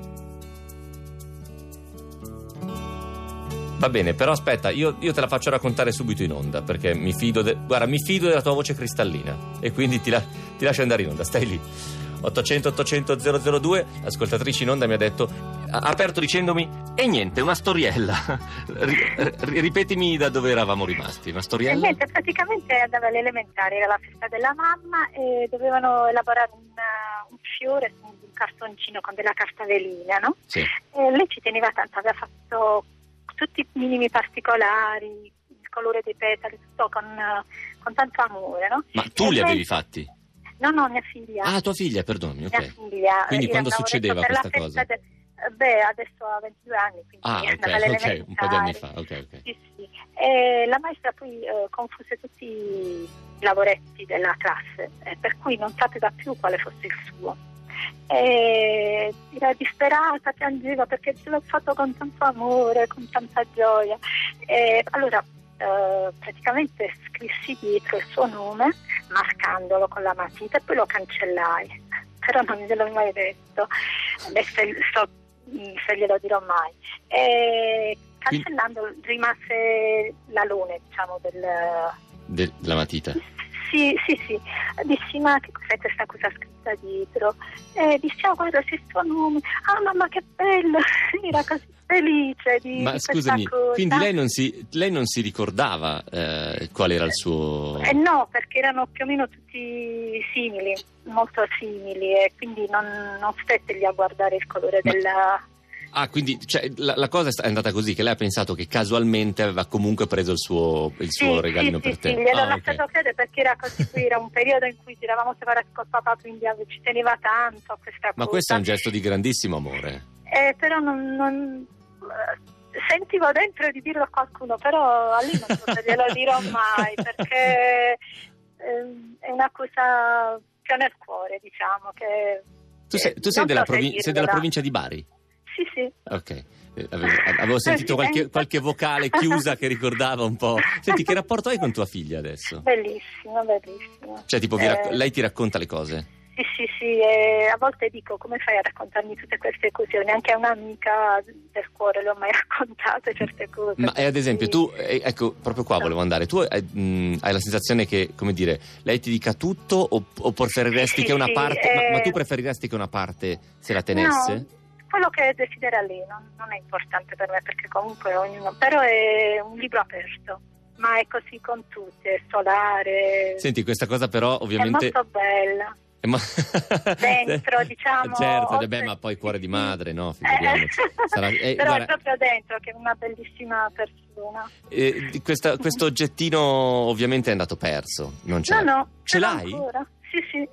Va bene, però aspetta, io, io te la faccio raccontare subito in onda, perché mi fido de- guarda, mi fido della tua voce cristallina e quindi ti, la- ti lascio andare in onda, stai lì. Ottocento ottocento zero zero due. L'ascoltatrice in onda mi ha detto, ha aperto dicendomi, e niente, una storiella. R- ripetimi da dove eravamo rimasti, una storiella? E niente, praticamente andava alle elementari, era la festa della mamma e dovevano elaborare un, un fiore su un cartoncino con della carta velina, no? Sì. E lei ci teneva tanto, aveva fatto tutti i minimi particolari, il colore dei petali, tutto con, con tanto amore, no? Ma tu e li lei... avevi fatti? No, no, mia figlia. Ah, tua figlia, perdonami, ok. Mia figlia. Quindi Io quando andavo succedeva per questa la cosa? De... Beh, adesso ha ventidue anni, quindi Ah, andava ok, alle ok, elementari. un po' di anni fa, ok, ok. Sì, sì. E la maestra poi eh, confuse tutti i lavoretti della classe, eh, per cui non sapeva più quale fosse il suo. E era disperata, piangeva perché ce l'ho fatto con tanto amore, con tanta gioia. E allora eh, praticamente scrissi dietro il suo nome, marcandolo con la matita, e poi lo cancellai. Però non gliel'ho mai detto, adesso so se glielo dirò mai. E cancellando rimase l'alone, diciamo, del... De- della matita? Sì, sì, sì. Dissi, ma che cos'è questa cosa scritta dietro? E dissi, oh, guarda, c'è il suo nome. Ah, mamma, che bello! Era così felice di, Ma di scusami, questa cosa. quindi lei non si, lei non si ricordava eh, qual era il suo... Eh no, perché erano più o meno tutti simili, molto simili, e quindi non, non stette lì a guardare il colore Ma... della... Ah, quindi cioè, la, la cosa è andata così, che lei ha pensato che casualmente aveva comunque preso il suo, il suo sì, regalino sì, per sì, te. Sì, gliel'ho ah, lasciato okay. credere perché era così, qui era un periodo in cui ci eravamo separati col papà, quindi ci teneva tanto a questa cosa. Ma questo è un gesto di grandissimo amore. Eh, però non... non... sentivo dentro di dirlo a qualcuno, però a lì non so se glielo dirò mai, perché ehm, è una cosa che ho nel cuore, diciamo. Che, tu sei, tu sei, non della, so se provin- sei della provincia di Bari? Sì, sì. Ok. Avevo, avevo sentito qualche, qualche vocale chiusa che ricordava un po'. Senti, che rapporto hai con tua figlia adesso? Bellissimo, bellissimo. Cioè, tipo, vi rac- eh, lei ti racconta le cose? Sì, sì, sì. E a volte dico, come fai a raccontarmi tutte queste cose? Neanche a un'amica del cuore le ho mai raccontate certe cose. Ma ad esempio, tu, eh, ecco, proprio qua volevo andare. Tu eh, mh, hai la sensazione che, come dire, lei ti dica tutto o, o preferiresti sì, che una sì, parte... eh... Ma, ma tu preferiresti che una parte se la tenesse? No. Quello che desidera lei non, non è importante per me, perché comunque ognuno, però è un libro aperto, ma è così con tutti, è solare. Senti, questa cosa però ovviamente è molto bella. È mo- dentro, diciamo. Certo, oltre... beh, ma poi cuore di madre, no? Figuriamoci. Sarà... eh, però guarda... è proprio dentro che è una bellissima persona. Eh, questa, questo oggettino ovviamente è andato perso, non ce No, l'hai? no, Ce l'hai? Ancora. Sì, sì.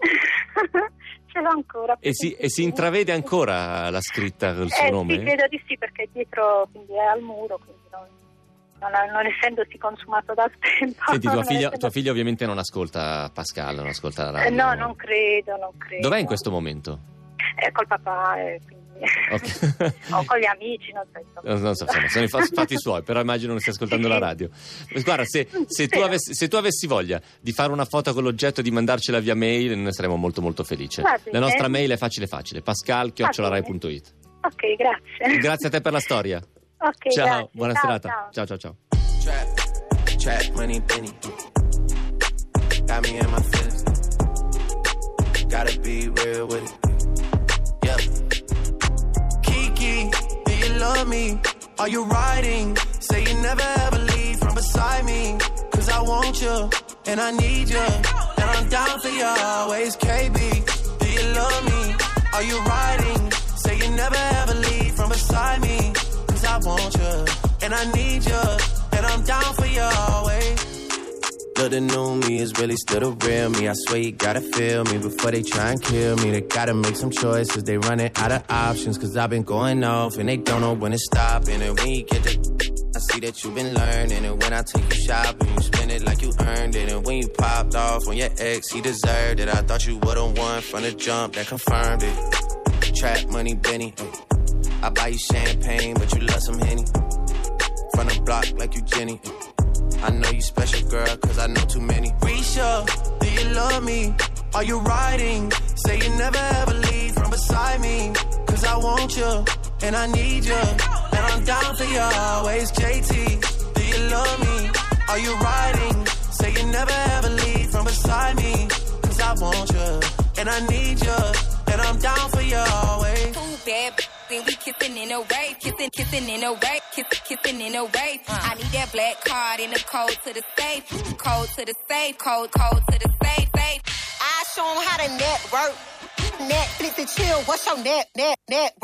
Ce l'ho ancora. E si, e si intravede ancora la scritta col suo eh, nome? Sì, credo di sì, perché dietro quindi è al muro, quindi non, non, non essendosi consumato dal tempo. Senti, tua figlia, essendo... tua figlia ovviamente non ascolta Pascal, non ascolta la eh, radio. no, non credo, non credo. Dov'è in questo momento? Eh, col papà, eh, quindi... Okay. o con gli amici, non so. Non, non so, insomma, sono i fa- fatti suoi, però immagino non stia ascoltando sì, la sì. radio. Guarda, se, se, tu avessi, se tu avessi voglia di fare una foto con l'oggetto e di mandarcela via mail, ne saremo molto molto felici. La nostra mail è facile facile, pascal chiocciola rai punto it. Ok, grazie. Grazie a te per la storia. Ok, ciao, grazie. buona ciao, serata. Ciao, ciao, ciao. Trap, trap, money, penny. Got me in my feelings. Gotta be real with it. Yeah. Kiki, do you love me? Are you riding? Say you never ever leave from beside me. Cause I want you, and I need you. And I'm down for you always, K B. Do you love me? Are you riding? Say you never ever leave from beside me. Cause I want you, and I need you. And I'm down for you always. Look, the new me is really still the real me. I swear you gotta feel me before they try and kill me. They gotta make some choices, they running out of options. Cause I've been going off and they don't know when to stop. And then when you get the I see that you've been learning. And when I take you shopping, you spend it like you earned it. And when you popped off on your ex, he deserved it. I thought you would've won from the jump, that confirmed it. Trap money, Benny. I buy you champagne, but you love some Henny. From the block like you Jenny. I know you special, girl, cause I know too many. Risha, do you love me? Are you riding? Say you never ever leave from beside me. Cause I want you, and I need you. And I'm down for you always, J T. Do you love me? Are you riding? Say you never ever leave from beside me. Cause I want you, and I need you. And I'm down for you always. Too bad, then we kissing in a wave. Kissing, kissing in a wave. Kissing, kissing in a wave. Uh. I need that black card in the code to the safe. Code to the safe. Code, code to the safe, safe. I show them how to network. Netflix and chill. What's your net, net, net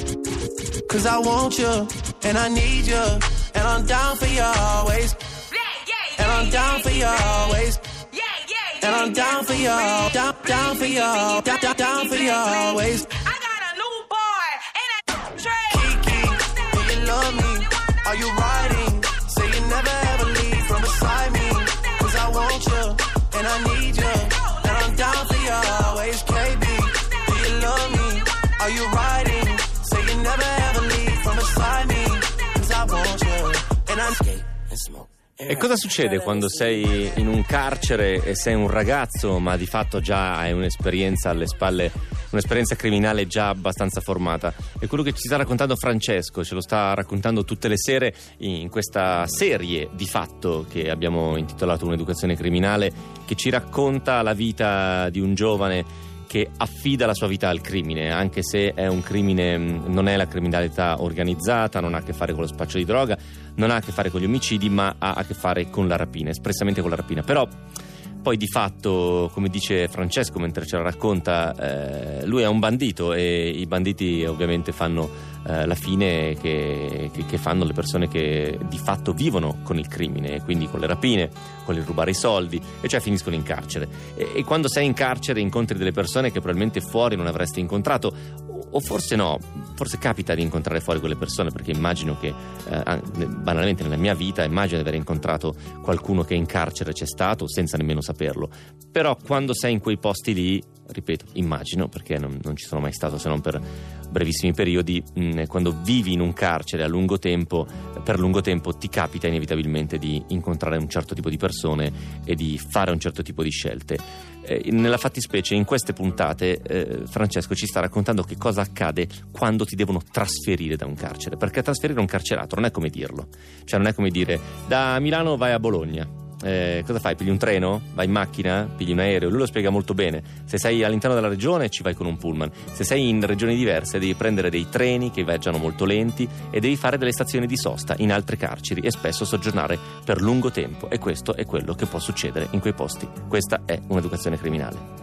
worth? Cause I want you, and I need you. And I'm down for you always. Yeah, yeah, yeah, and I'm down for you always. Yeah, yeah, yeah, and I'm down for you, down, down for you, down, down, down for you always. I got a new boy, and I trade. Kiki, do you love me? Are you riding? Say you never ever leave from beside me. Cause I want you, and I need you. And I'm down for you always, K B. Do you love me? Are you riding? Say you never ever leave from beside me. Cause I want you, and I'm skate and smoke. E cosa succede quando sei in un carcere e sei un ragazzo, ma di fatto già hai un'esperienza alle spalle, un'esperienza criminale già abbastanza formata? È quello che ci sta raccontando Francesco, ce lo sta raccontando tutte le sere in questa serie di fatto che abbiamo intitolato Un'educazione criminale, che ci racconta la vita di un giovane che affida la sua vita al crimine, anche se è un crimine, non è la criminalità organizzata, non ha a che fare con lo spaccio di droga, non ha a che fare con gli omicidi, ma ha a che fare con la rapina, espressamente con la rapina. Però poi di fatto, come dice Francesco mentre ce la racconta, eh, lui è un bandito e i banditi ovviamente fanno eh, la fine che, che, che fanno le persone che di fatto vivono con il crimine, quindi con le rapine, con il rubare i soldi, e cioè finiscono in carcere. E, e quando sei in carcere incontri delle persone che probabilmente fuori non avresti incontrato, o forse no, forse capita di incontrare fuori quelle persone, perché immagino che eh, banalmente nella mia vita immagino di aver incontrato qualcuno che in carcere c'è stato senza nemmeno saperlo. Però quando sei in quei posti lì, ripeto, immagino, perché non, non ci sono mai stato se non per brevissimi periodi, mh, quando vivi in un carcere a lungo tempo, per lungo tempo ti capita inevitabilmente di incontrare un certo tipo di persone e di fare un certo tipo di scelte. Eh, nella fattispecie, in queste puntate, eh, Francesco ci sta raccontando che cosa accade quando ti devono trasferire da un carcere, perché trasferire un carcerato non è come dirlo, cioè non è come dire da Milano vai a Bologna. Eh, cosa fai? Pigli un treno? Vai in macchina? Pigli un aereo? Lui lo spiega molto bene. Se sei all'interno della regione ci vai con un pullman, se sei in regioni diverse devi prendere dei treni che viaggiano molto lenti e devi fare delle stazioni di sosta in altre carceri e spesso soggiornare per lungo tempo, e questo è quello che può succedere in quei posti. Questa è un'educazione criminale.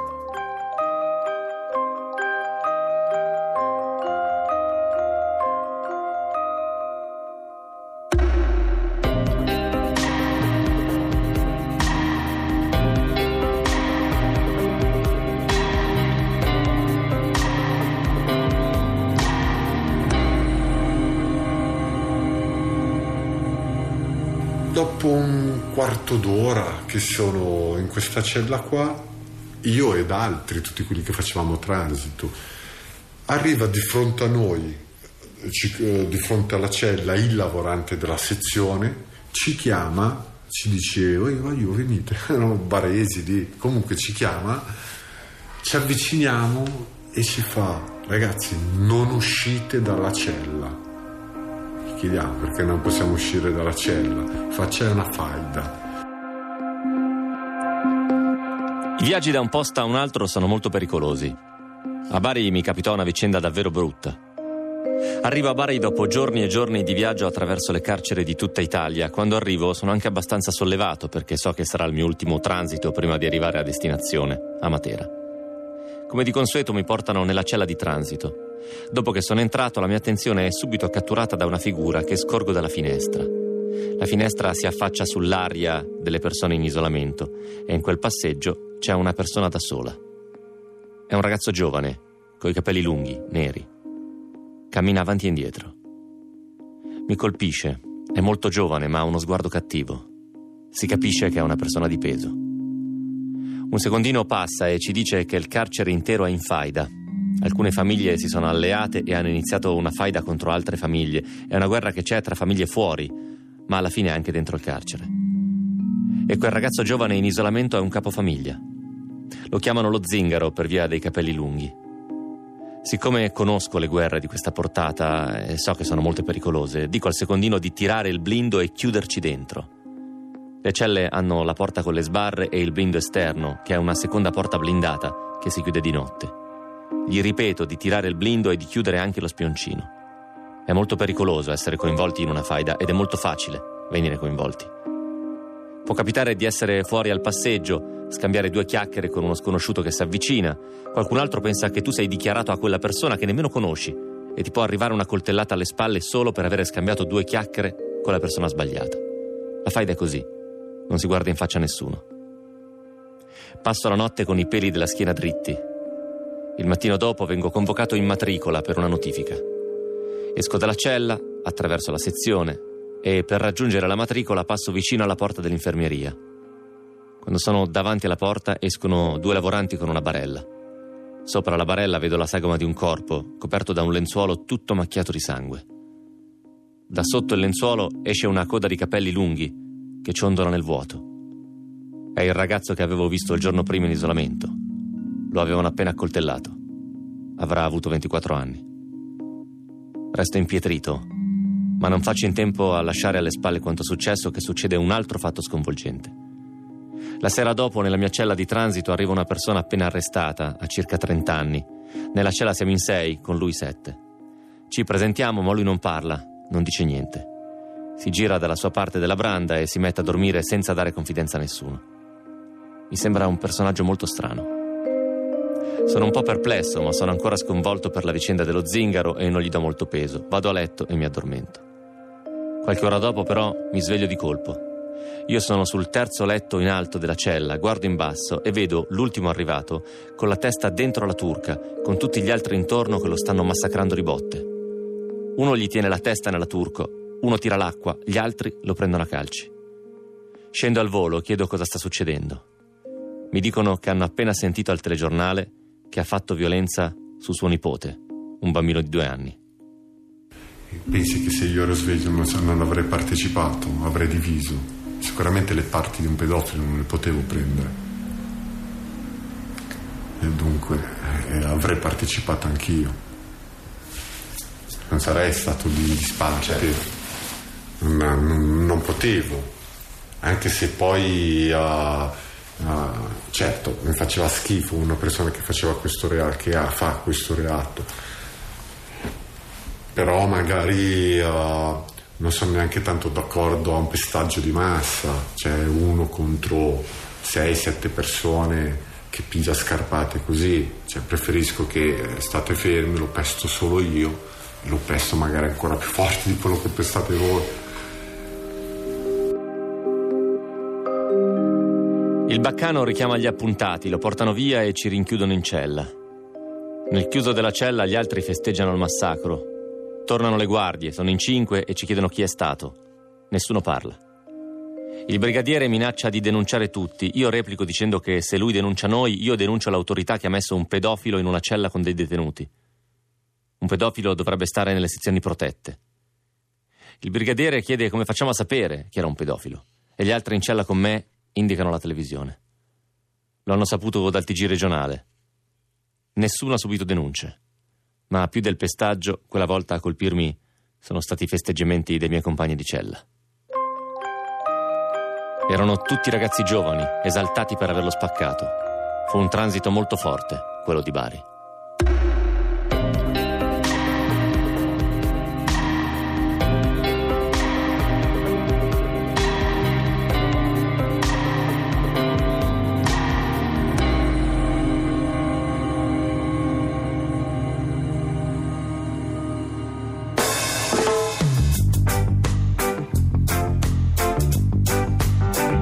Dopo un quarto d'ora che sono in questa cella qua, io ed altri, tutti quelli che facevamo transito, arriva di fronte a noi, ci, eh, di fronte alla cella, il lavorante della sezione, ci chiama, ci dice oi voglio venite, erano baresi lì, comunque ci chiama, ci avviciniamo e ci fa: ragazzi, non uscite dalla cella. Chiediamo perché non possiamo uscire dalla cella, fa c'è una faida. I viaggi da un posto a un altro sono molto pericolosi. A Bari mi capitò una vicenda davvero brutta. Arrivo a Bari dopo giorni e giorni di viaggio attraverso le carceri di tutta Italia. Quando arrivo sono anche abbastanza sollevato, perché so che sarà il mio ultimo transito prima di arrivare a destinazione, a Matera. Come di consueto mi portano nella cella di transito. Dopo che sono entrato, la mia attenzione è subito catturata da una figura che scorgo dalla finestra. La finestra si affaccia sull'aria delle persone in isolamento e in quel passeggio c'è una persona da sola. È un ragazzo giovane, coi capelli lunghi, neri. Cammina avanti e indietro. Mi colpisce, È molto giovane, ma ha uno sguardo cattivo. Si capisce che è una persona di peso. Un secondino passa e ci dice che il carcere intero è in faida. Alcune famiglie si sono alleate e hanno iniziato una faida contro altre famiglie. È una guerra che c'è tra famiglie fuori, ma alla fine anche dentro il carcere. E quel ragazzo giovane in isolamento è un capofamiglia. Lo chiamano lo zingaro per via dei capelli lunghi. Siccome conosco le guerre di questa portata e so che sono molto pericolose, dico al secondino di tirare il blindo e chiuderci dentro. Le celle hanno la porta con le sbarre e il blindo esterno, che è una seconda porta blindata che si chiude di notte. Gli ripeto di tirare il blindo e di chiudere anche lo spioncino. È molto pericoloso essere coinvolti in una faida ed è molto facile venire coinvolti. Può capitare di essere fuori al passeggio, scambiare due chiacchiere con uno sconosciuto che si avvicina, qualcun altro pensa che tu sei dichiarato a quella persona che nemmeno conosci e ti può arrivare una coltellata alle spalle solo per avere scambiato due chiacchiere con la persona sbagliata. La faida è così, non si guarda in faccia a nessuno. Passo la notte con i peli della schiena dritti. Il mattino dopo vengo convocato in matricola per una notifica. Esco dalla cella, attraverso la sezione e per raggiungere la matricola passo vicino alla porta dell'infermieria. Quando sono davanti alla porta escono due lavoranti con una barella. Sopra la barella vedo la sagoma di un corpo coperto da un lenzuolo tutto macchiato di sangue. Da sotto il lenzuolo esce una coda di capelli lunghi che ciondola nel vuoto. È il ragazzo che avevo visto il giorno prima in isolamento. Lo avevano appena accoltellato. Avrà avuto ventiquattro anni. Resto impietrito, ma non faccio in tempo a lasciare alle spalle quanto successo che succede un altro fatto sconvolgente. La sera dopo nella mia cella di transito arriva una persona appena arrestata, a circa trenta anni. Nella cella siamo in sei, con lui sette. Ci presentiamo, ma lui non parla, non dice niente. Si gira dalla sua parte della branda e si mette a dormire senza dare confidenza a nessuno. Mi sembra un personaggio molto strano. Sono un po' perplesso, ma sono ancora sconvolto per la vicenda dello zingaro e non gli do molto peso. Vado a letto e mi addormento. Qualche ora dopo, però, mi sveglio di colpo. Io sono sul terzo letto in alto della cella, guardo in basso e vedo l'ultimo arrivato con la testa dentro la turca, con tutti gli altri intorno che lo stanno massacrando di botte. Uno gli tiene la testa nella turco, uno tira l'acqua, gli altri lo prendono a calci. Scendo al volo, chiedo cosa sta succedendo. Mi dicono che hanno appena sentito al telegiornale che ha fatto violenza su suo nipote, un bambino di due anni. Pensi che se io ero sveglio non, non avrei partecipato, avrei diviso. Sicuramente le parti di un pedofilo non le potevo prendere. E dunque eh, avrei partecipato anch'io. Non sarei stato lì di spalla. Certo. Non, non, non potevo. Anche se poi... Uh, Uh, certo, mi faceva schifo una persona che faceva questo reato, che ha, fa questo reato, però magari uh, non sono neanche tanto d'accordo a un pestaggio di massa, cioè uno contro sei sette persone che piglia scarpate così, cioè preferisco che state fermi, lo pesto solo io e lo pesto magari ancora più forte di quello che pestate voi. Il baccano richiama gli appuntati, lo portano via e ci rinchiudono in cella. Nel chiuso della cella gli altri festeggiano il massacro. Tornano le guardie, sono in cinque e ci chiedono chi è stato. Nessuno parla. Il brigadiere minaccia di denunciare tutti. Io replico dicendo che se lui denuncia noi, io denuncio l'autorità che ha messo un pedofilo in una cella con dei detenuti. Un pedofilo dovrebbe stare nelle sezioni protette. Il brigadiere chiede come facciamo a sapere chi era un pedofilo. E gli altri in cella con me indicano la televisione. Lo hanno saputo dal T G regionale. Nessuno ha subito denunce, ma più del pestaggio, quella volta a colpirmi sono stati i festeggiamenti dei miei compagni di cella. Erano tutti ragazzi giovani, esaltati per averlo spaccato. Fu un transito molto forte, quello di Bari.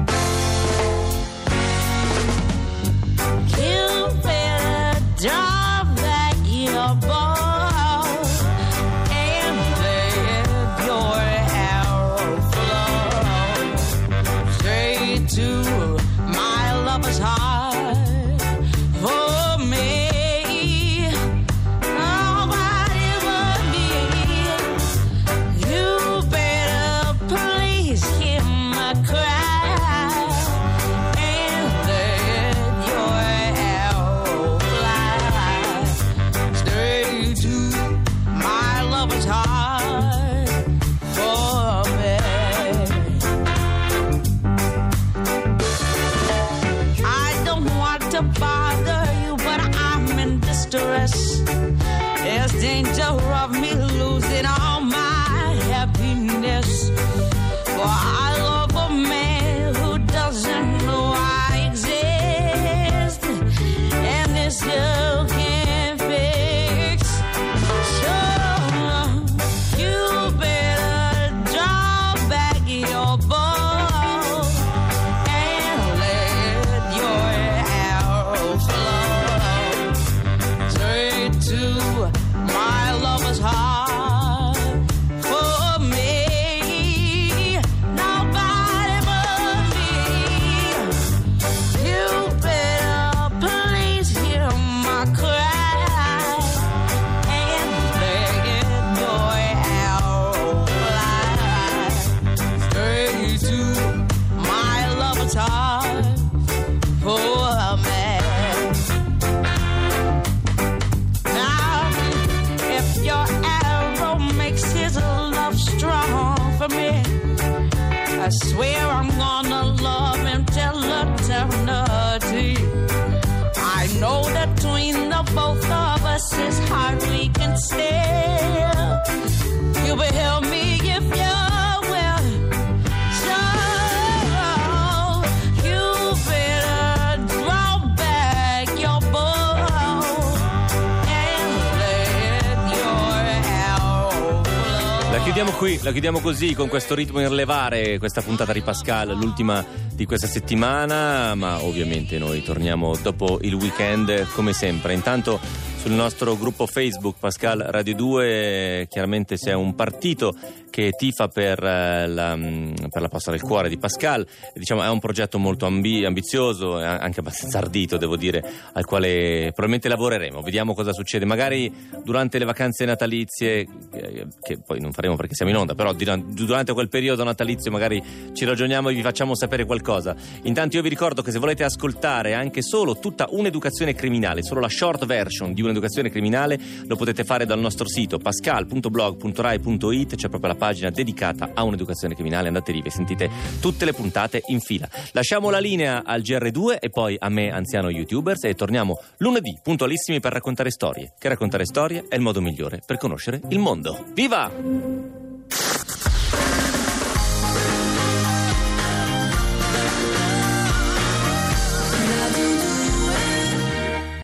You better die. I swear I'm gonna love him till eternity. I know that between the both of us is hard we can stay. You will help me if you will. So you better draw back your bow and let your hair flow. La chiudiamo qui, la chiudiamo così, con questo ritmo in rilevare, questa puntata di Pascal, l'ultima di questa settimana, ma ovviamente noi torniamo dopo il weekend come sempre. Intanto sul nostro gruppo Facebook Pascal Radio due, chiaramente se è un partito che tifa per la, per la Posta del Cuore di Pascal, diciamo è un progetto molto ambi, ambizioso, anche abbastanza ardito devo dire, al quale probabilmente lavoreremo, vediamo cosa succede, magari durante le vacanze natalizie, che poi non faremo perché siamo in onda, però durante quel periodo natalizio magari ci ragioniamo e vi facciamo sapere qualcosa. Intanto io vi ricordo che se volete ascoltare anche solo tutta un'educazione criminale, solo la short version di un'educazione criminale, lo potete fare dal nostro sito pascal punto blog punto rai punto it, c'è proprio la pagina dedicata a un'educazione criminale, andate lì e sentite tutte le puntate in fila. Lasciamo la linea al G R due e poi a me, anziano YouTubers, e torniamo lunedì puntualissimi per raccontare storie, che raccontare storie è il modo migliore per conoscere il mondo. Viva!